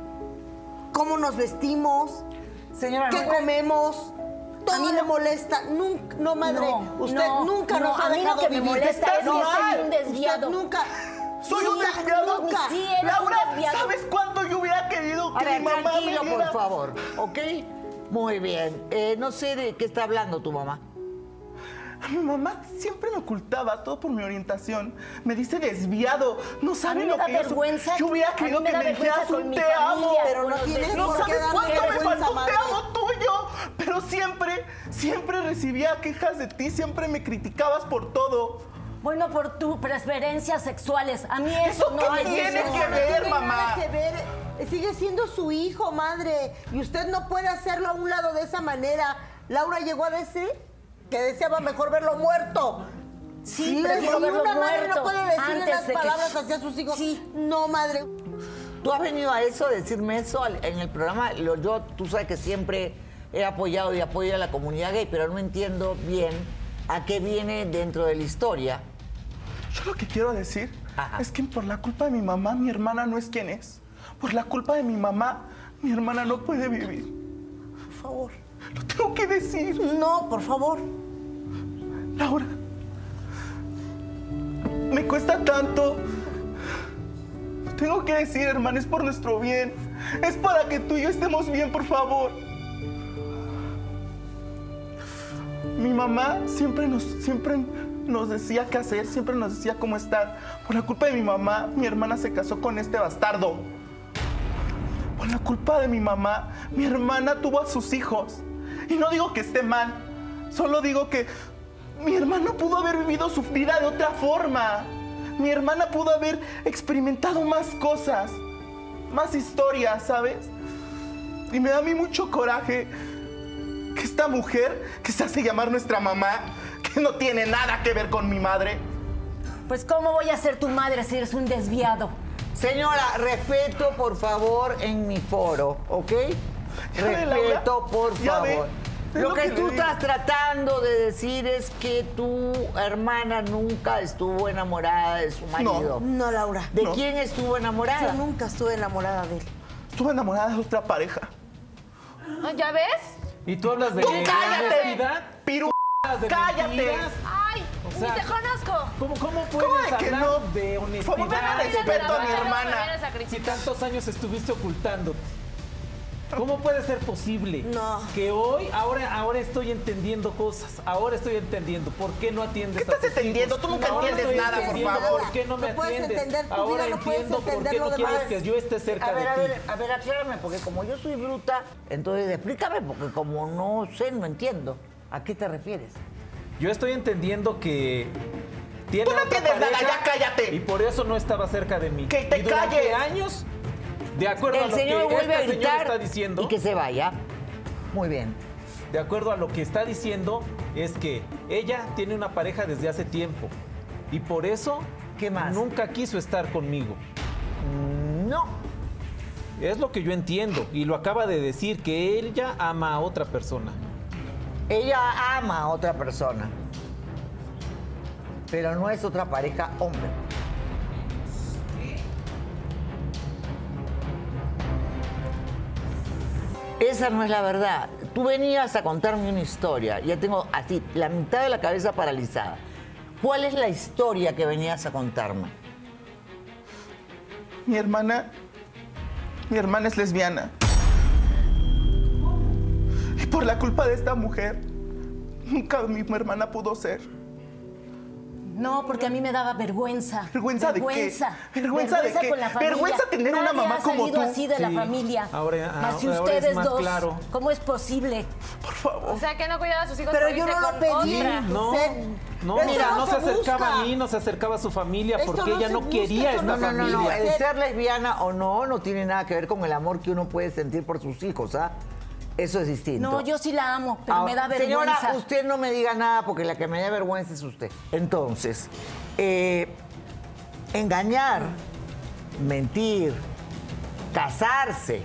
cómo nos vestimos, Señora, qué no- comemos. Todo le molesta. Nunca, no, madre, No, usted no, nunca no, nos ha a mí lo dejado que me vivir. molesta Está es que soy mal. un desviado. Usted nunca. Soy un Sí, desviado. nunca. Sí, eres un Laura, desviado. ¿sabes cuánto yo hubiera querido A que ver, mi mamá tranquilo, me por viera? favor, ¿ok? Muy bien. Eh, no sé de qué está hablando tu mamá. Mi mamá siempre me ocultaba todo por mi orientación. Me dice desviado. No A sabe mí lo me da que yo vergüenza. Yo hubiera a mí querido me que da me vergüenza dijeras con un mi te familia, amo. pero con no los tienes vecinos. No por qué sabes darme cuánto me vergüenza, faltó un madre. te amo tuyo. Pero siempre, siempre recibía quejas de ti. Siempre me criticabas por todo. Bueno, por tus preferencias sexuales. A mí eso, ¿Eso no qué me tiene gusta. que No ver, tiene mamá? nada que ver. Eh, Sigue siendo su hijo, madre. Y usted no puede hacerlo a un lado de esa manera. Laura llegó a decir que deseaba mejor verlo muerto. Sí, y prefiero verlo una madre muerto no puede decirle antes las de que- palabras hacia sus hijos. Sí. No, madre. ¿Tú has venido a eso, a decirme eso al- en el programa? Lo- yo, tú sabes que siempre he apoyado y apoyo a la comunidad gay, pero no entiendo bien a qué viene dentro de la historia. Yo lo que quiero decir Ajá. es que por la culpa de mi mamá, mi hermana no es quien es. Por la culpa de mi mamá, mi hermana no puede vivir. Por favor. Lo tengo que decir. No, por favor. Laura, me cuesta tanto tengo que decir, hermana, es por nuestro bien. Es para que tú y yo estemos bien, por favor. Mi mamá siempre nos, siempre nos decía qué hacer, siempre nos decía cómo estar. Por la culpa de mi mamá, mi hermana se casó con este bastardo. Por la culpa de mi mamá, mi hermana tuvo a sus hijos. Y no digo que esté mal, solo digo que mi hermano pudo haber vivido su vida de otra forma. Mi hermana pudo haber experimentado más cosas, más historias, ¿sabes? Y me da a mí mucho coraje que esta mujer que se hace llamar nuestra mamá, que no tiene nada que ver con mi madre. Pues ¿cómo voy a ser tu madre si eres un desviado? Señora, respeto, por favor, en mi foro, ¿ok? Ya ve, Respeto, Laura, por ya ve, favor. es Lo lo que, que tú le digo. estás tratando de decir es que tu hermana nunca estuvo enamorada de su marido. No, Laura. ¿De No. quién estuvo enamorada? Yo nunca estuve enamorada de él. Estuve enamorada de otra pareja. ¿Ya ves? ¿Y tú hablas de, ¡Tú de cállate! honestidad? ¡Piru! ¿Hablas de ¡Cállate! mentiras? Ay, O sea, ni te conozco. ¿Cómo, cómo puedes ¿Cómo de que hablar no? de honestidad? Por favor, respeto a mi hermana. Si tantos años estuviste ocultándote. ¿Cómo puede ser posible No. que hoy, ahora, ahora estoy entendiendo cosas? Ahora estoy entendiendo. ¿por qué no atiendes ¿Qué a estás tus entendiendo? hijos? Tú nunca Ahora entiendes estoy nada, por entendiendo favor. ¿Por qué no me No puedes atiendes? entender tu Ahora vida, no puedes entiendo por entender qué lo no demás. quieres que yo esté cerca A ver, a de ti. ver, a ver, aclárame, porque como yo soy bruta, entonces explícame, porque como no sé, no entiendo. ¿A qué te refieres? Yo estoy entendiendo que tiene Tú no otra entiendes nada, pareja ya cállate. Y por eso no estaba cerca de mí. ¡Que te y durante calles! años, de acuerdo a El lo señor que vuelve a esta señora gritar está diciendo, y que se vaya. Muy bien. de acuerdo a lo que está diciendo, es que ella tiene una pareja desde hace tiempo. Y por eso ¿Qué más? nunca quiso estar conmigo. No. Es lo que yo entiendo. Y lo acaba de decir, que ella ama a otra persona. Ella ama a otra persona, pero no es otra pareja hombre. Esa no es la verdad. Tú venías a contarme una historia. Ya tengo así la mitad de la cabeza paralizada. ¿Cuál es la historia que venías a contarme? Mi hermana, mi hermana es lesbiana. Y por la culpa de esta mujer, nunca mi hermana pudo ser. No, porque a mí me daba vergüenza. ¿Vergüenza de qué? vergüenza. ¿Vergüenza de qué? con la familia. Vergüenza tener una Nadie mamá ha como salido tú. así de la Sí. familia. Ahora- Más si ahora es ustedes más dos. claro. ¿Cómo es posible? Por favor. O sea, que no cuidaba a sus hijos. Pero por yo irse no lo con pedí. otra. No, Usted- no, Esto mira, no no se se acercaba busca. a mí, no se acercaba a su familia, Esto porque no ella se no busca, quería esto esta No, no, no, no. familia. El ser lesbiana o no no tiene nada que ver con el amor que uno puede sentir por sus hijos, ¿ah? Eso es distinto. No, yo sí la amo, pero Ah, me da vergüenza. Señora, usted no me diga nada porque la que me da vergüenza es usted. Entonces, eh, engañar, mentir, casarse,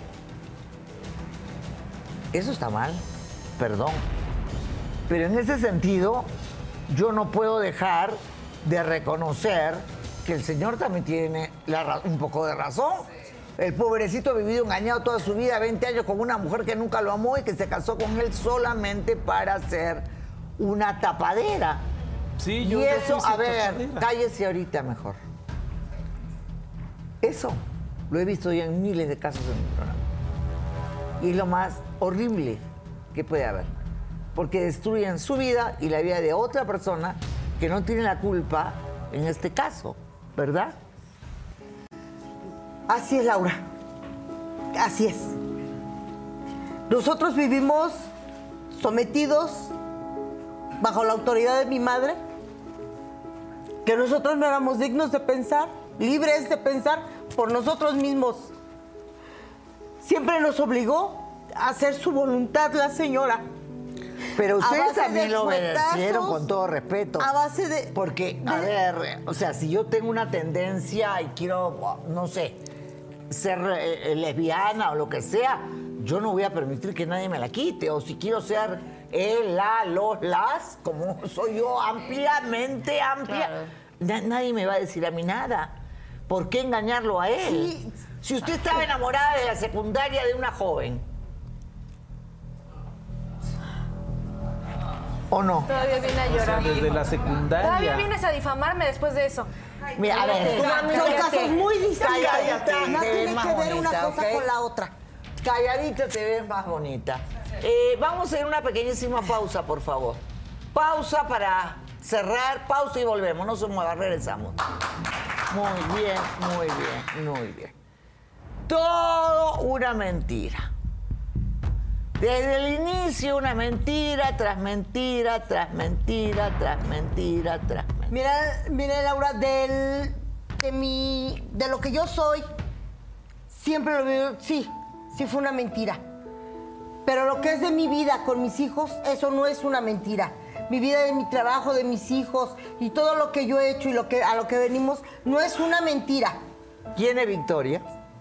eso está mal, perdón. Pero en ese sentido, yo no puedo dejar de reconocer que el señor también tiene la ra- un poco de razón. El pobrecito ha vivido engañado toda su vida, veinte años, con una mujer que nunca lo amó y que se casó con él solamente para ser una tapadera. Sí, yo- y yo eso, fui a su ver, tapadera. cállese ahorita mejor. Eso lo he visto ya en miles de casos en mi programa. Y es lo más horrible que puede haber. Porque destruyen su vida y la vida de otra persona que no tiene la culpa en este caso, ¿verdad? Así es, Laura. Así es. Nosotros vivimos sometidos bajo la autoridad de mi madre, que nosotros no éramos dignos de pensar, libres de pensar por nosotros mismos. Siempre nos obligó a hacer su voluntad la señora. Pero A ustedes base también de lo obedecieron fuetazos, con todo respeto. a base de... Porque, a de- ver, o sea, si yo tengo una tendencia y quiero, no sé, ser eh, lesbiana o lo que sea, yo no voy a permitir que nadie me la quite. O si quiero ser él, la, los, las, como soy yo, ampliamente amplia, na- nadie me va a decir a mí nada. ¿Por qué engañarlo a él? Sí. Si usted estaba enamorada de la secundaria de una joven, ¿o no? Todavía viene a O sea, llorar. desde la secundaria. Todavía vienes a difamarme después de eso. Mira, a ver, tú, mami, son ya casos te- muy distintos. calladita, No te ves tiene más que ver una bonita, cosa ¿ok? con la otra. Calladita te ves más bonita. Eh, vamos a ir a una pequeñísima pausa, por favor. Pausa para cerrar, pausa y volvemos. No se mueva, regresamos. Muy bien, muy bien, muy bien. Todo una mentira. Desde el inicio una mentira, tras mentira, tras mentira, tras mentira, tras mentira. Mira, mira, Laura, del, de mi, de lo que yo soy, siempre lo veo, sí, sí fue una mentira. Pero lo que es de mi vida con mis hijos, eso no es una mentira. Mi vida, de mi trabajo, de mis hijos y todo lo que yo he hecho y lo que, a lo que venimos, no es una mentira. ¿Quién es Victoria?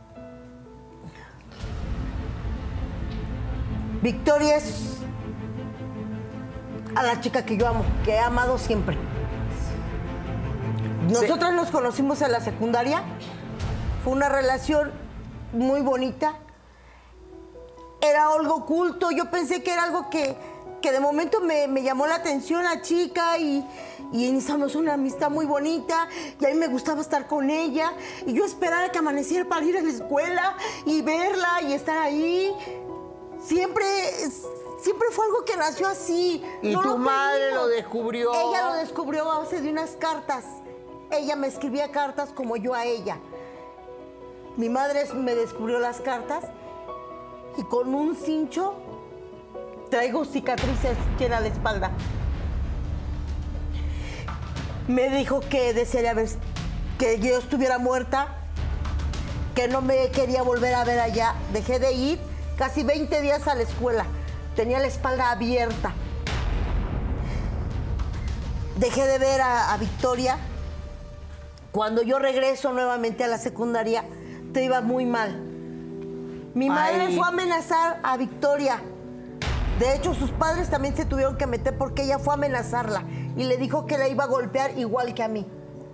Victoria es a la chica que yo amo, que he amado siempre. Nosotros nos conocimos en la secundaria. Fue una relación muy bonita. Era algo oculto. Yo pensé que era algo que, que de momento me, me llamó la atención la chica y, y iniciamos una amistad muy bonita. Y a mí me gustaba estar con ella. Y yo esperaba que amaneciera para ir a la escuela y verla y estar ahí. Siempre, siempre fue algo que nació así. ¿Y No tu lo madre pedimos. lo descubrió? Ella lo descubrió a base de unas cartas. Ella me escribía cartas como yo a ella. Mi madre me descubrió las cartas y con un cincho traigo cicatrices llenas la espalda. Me dijo que desearía ver, que yo estuviera muerta, que no me quería volver a ver allá. Dejé de ir casi veinte días a la escuela. Tenía la espalda abierta. Dejé de ver a, a Victoria. Cuando yo regreso nuevamente a la secundaria, te iba muy mal. Mi madre Ay. fue a amenazar a Victoria. De hecho, sus padres también se tuvieron que meter porque ella fue a amenazarla y le dijo que la iba a golpear igual que a mí.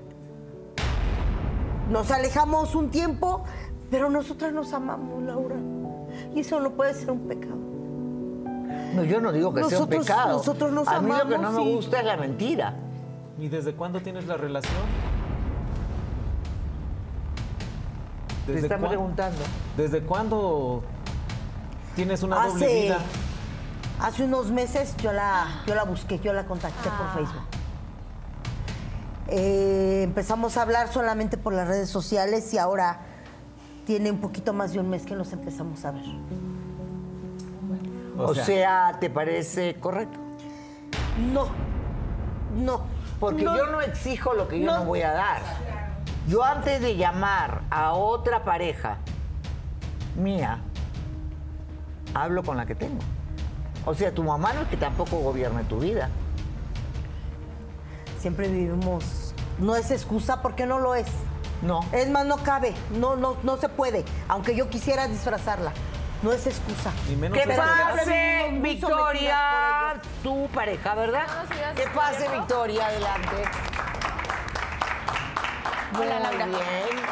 Nos alejamos un tiempo, pero nosotras nos amamos, Laura. Y eso no puede ser un pecado. No, yo no digo que sea un Nosotros- pecado. nosotros nos A mí lo que no amamos me y- gusta es la mentira. ¿Y desde cuándo tienes la relación? Te está cuán- preguntando. ¿Desde cuándo tienes una doble Hace, vida? hace unos meses yo la, yo la busqué, yo la contacté por Facebook. Eh, empezamos a hablar solamente por las redes sociales y ahora tiene un poquito más de un mes que nos empezamos a ver. O, sea, ¿te parece correcto? No, no. Porque No. yo no exijo lo que yo no, No. voy a dar. Yo antes de llamar a otra pareja mía, hablo con la que tengo. O sea, tu mamá no es que tampoco gobierne tu vida. Siempre vivimos. No es excusa porque no lo es. No. Es más, no cabe. No, no, no se puede. Aunque yo quisiera disfrazarla. No es excusa. Y menos Que esa edad. pase, muy Victoria, sometidas tu pareja, ¿verdad? Buenos días, Que pase, ¿tiempo? Victoria, adelante. Hola, Muy Laura. bien.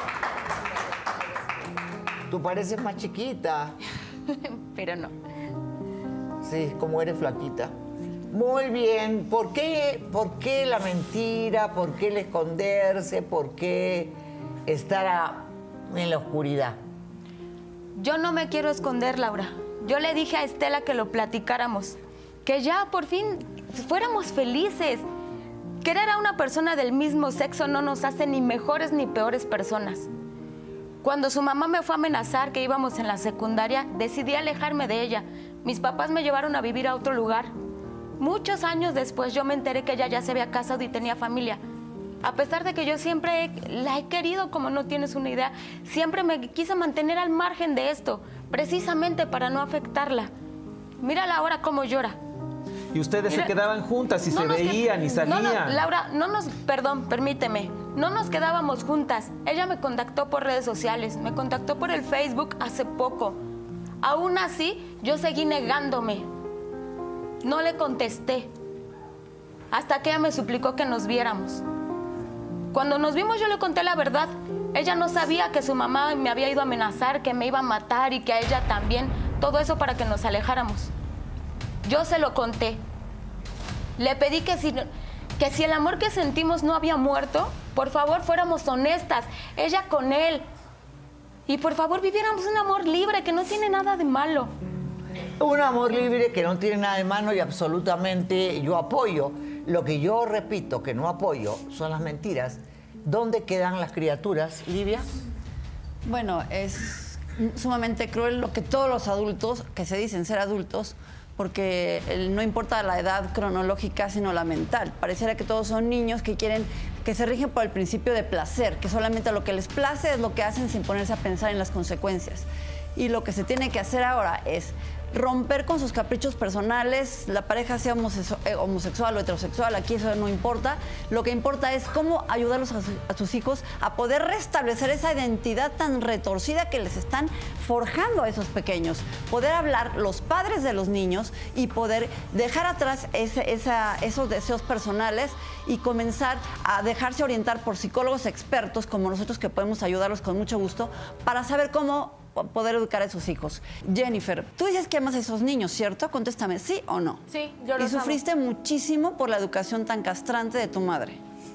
Tú pareces más chiquita. Pero no. Sí, como eres flaquita. Muy bien. ¿Por qué, ¿Por qué la mentira? ¿Por qué el esconderse? ¿Por qué estar a- en la oscuridad? Yo no me quiero esconder, Laura. Yo le dije a Estela que lo platicáramos, que ya por fin fuéramos felices. Querer a una persona del mismo sexo no nos hace ni mejores ni peores personas. Cuando su mamá me fue a amenazar que íbamos en la secundaria, decidí alejarme de ella. Mis papás me llevaron a vivir a otro lugar. Muchos años después yo me enteré que ella ya se había casado y tenía familia. A pesar de que yo siempre he- la he querido, como no tienes una idea, siempre me quise mantener al margen de esto, precisamente para no afectarla. Mírala ahora cómo llora. Y ustedes Mira, se quedaban juntas y no se nos veían y qued- no, salían. no, Laura, no nos, perdón, permíteme, no nos quedábamos juntas. Ella me contactó por redes sociales, me contactó por el Facebook hace poco. Aún así, yo seguí negándome. No le contesté. Hasta que ella me suplicó que nos viéramos. Cuando nos vimos yo le conté la verdad. Ella no sabía que su mamá me había ido a amenazar, que me iba a matar y que a ella también. Todo eso para que nos alejáramos. Yo se lo conté. Le pedí que si, que si el amor que sentimos no había muerto, por favor fuéramos honestas, ella con él. Y por favor viviéramos un amor libre que no tiene nada de malo. Un amor libre que no tiene nada de malo y absolutamente yo apoyo. Lo que yo repito que no apoyo son las mentiras. ¿Dónde quedan las criaturas, Livia? Bueno, es sumamente cruel lo que todos los adultos, que se dicen ser adultos, porque el- no importa la edad cronológica, sino la mental. Pareciera que todos son niños que quieren, que se rigen por el principio de placer, que solamente lo que les place es lo que hacen sin ponerse a pensar en las consecuencias. Y lo que se tiene que hacer ahora es romper con sus caprichos personales, la pareja sea homosexu- eh, homosexual o heterosexual, aquí eso no importa. Lo que importa es cómo ayudarlos a, su- a sus hijos a poder restablecer esa identidad tan retorcida que les están forjando a esos pequeños. Poder hablar los padres de los niños y poder dejar atrás ese- esa- esos deseos personales y comenzar a dejarse orientar por psicólogos expertos como nosotros, que podemos ayudarlos con mucho gusto para saber cómo poder educar a sus hijos. Jennifer, tú dices que amas a esos niños, ¿cierto? Contéstame, ¿sí o no? Sí, yo Y los amo. sufriste muchísimo por la educación tan castrante de tu madre.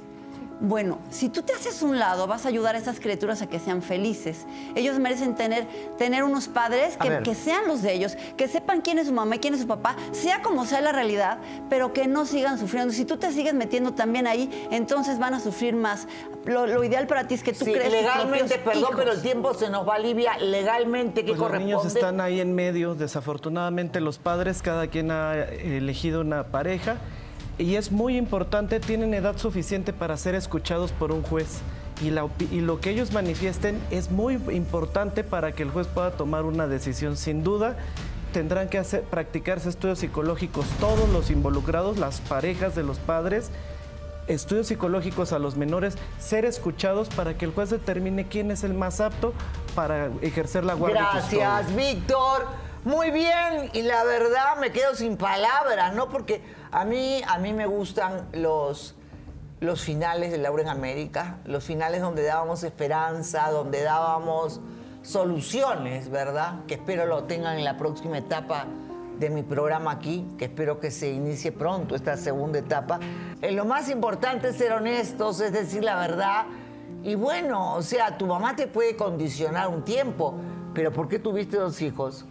Bueno, si tú te haces un lado, vas a ayudar a estas criaturas a que sean felices. Ellos merecen tener, tener unos padres A que, ver. que sean los de ellos, que sepan quién es su mamá y quién es su papá, sea como sea la realidad, pero que no sigan sufriendo. Si tú te sigues metiendo también ahí, entonces van a sufrir más. Lo, lo ideal para ti es que tú Sí, crees tus legalmente, propios perdón, hijos. pero el tiempo se nos va, Livia. Legalmente, ¿qué Pues los corresponde? niños están ahí en medio, desafortunadamente los padres, cada quien ha elegido una pareja y es muy importante, tienen edad suficiente para ser escuchados por un juez y, la opi- y lo que ellos manifiesten es muy importante para que el juez pueda tomar una decisión. Sin duda tendrán que hacer, practicarse estudios psicológicos todos los involucrados, las parejas de los padres, estudios psicológicos a los menores, ser escuchados para que el juez determine quién es el más apto para ejercer la guardia y custodia. Gracias, Víctor. Muy bien, y la verdad me quedo sin palabras, ¿no? Porque a mí, a mí me gustan los, los finales de Laura en América, los finales donde dábamos esperanza, donde dábamos soluciones, ¿verdad? Que espero lo tengan en la próxima etapa de mi programa aquí, que espero que se inicie pronto esta segunda etapa. Eh, lo más importante es ser honestos, es decir la verdad. Y bueno, o sea, tu mamá te puede condicionar un tiempo, pero ¿por qué tuviste dos hijos?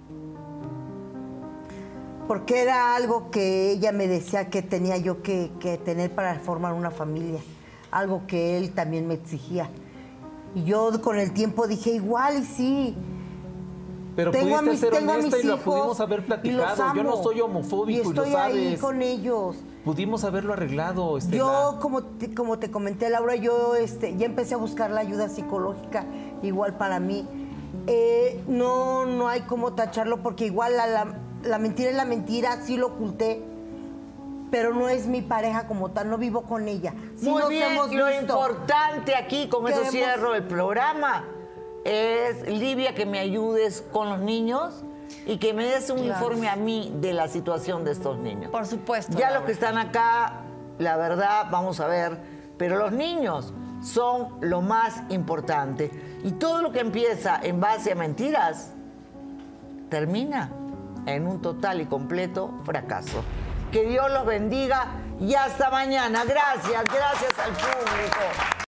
Porque era algo que ella me decía que tenía yo que, que tener para formar una familia, algo que él también me exigía. Y yo con el tiempo dije, igual y sí. Pero Tengo a pudiste mis- ser tengo a honesta mis y lo hijos pudimos haber y los platicado. Yo no amo. soy homofóbico y, y estoy lo ahí sabes. con ellos. Pudimos haberlo arreglado, Estela. Yo, como te, como te comenté, Laura, yo este, ya empecé a buscar la ayuda psicológica, igual para mí. Eh, no, no hay cómo tacharlo porque igual la, la, la mentira es la mentira, sí lo oculté, pero no es mi pareja como tal, no vivo con ella. Sí Muy nos bien, hemos lo visto. importante aquí, con eso Queremos- cierro el programa, es, Livia, que me ayudes con los niños y que me des un Claro. informe a mí de la situación de estos niños. Por supuesto. Ya los Laura. que están acá, la verdad, vamos a ver, pero los niños son lo más importante. Y todo lo que empieza en base a mentiras, termina en un total y completo fracaso. Que Dios los bendiga y hasta mañana. Gracias, gracias al público.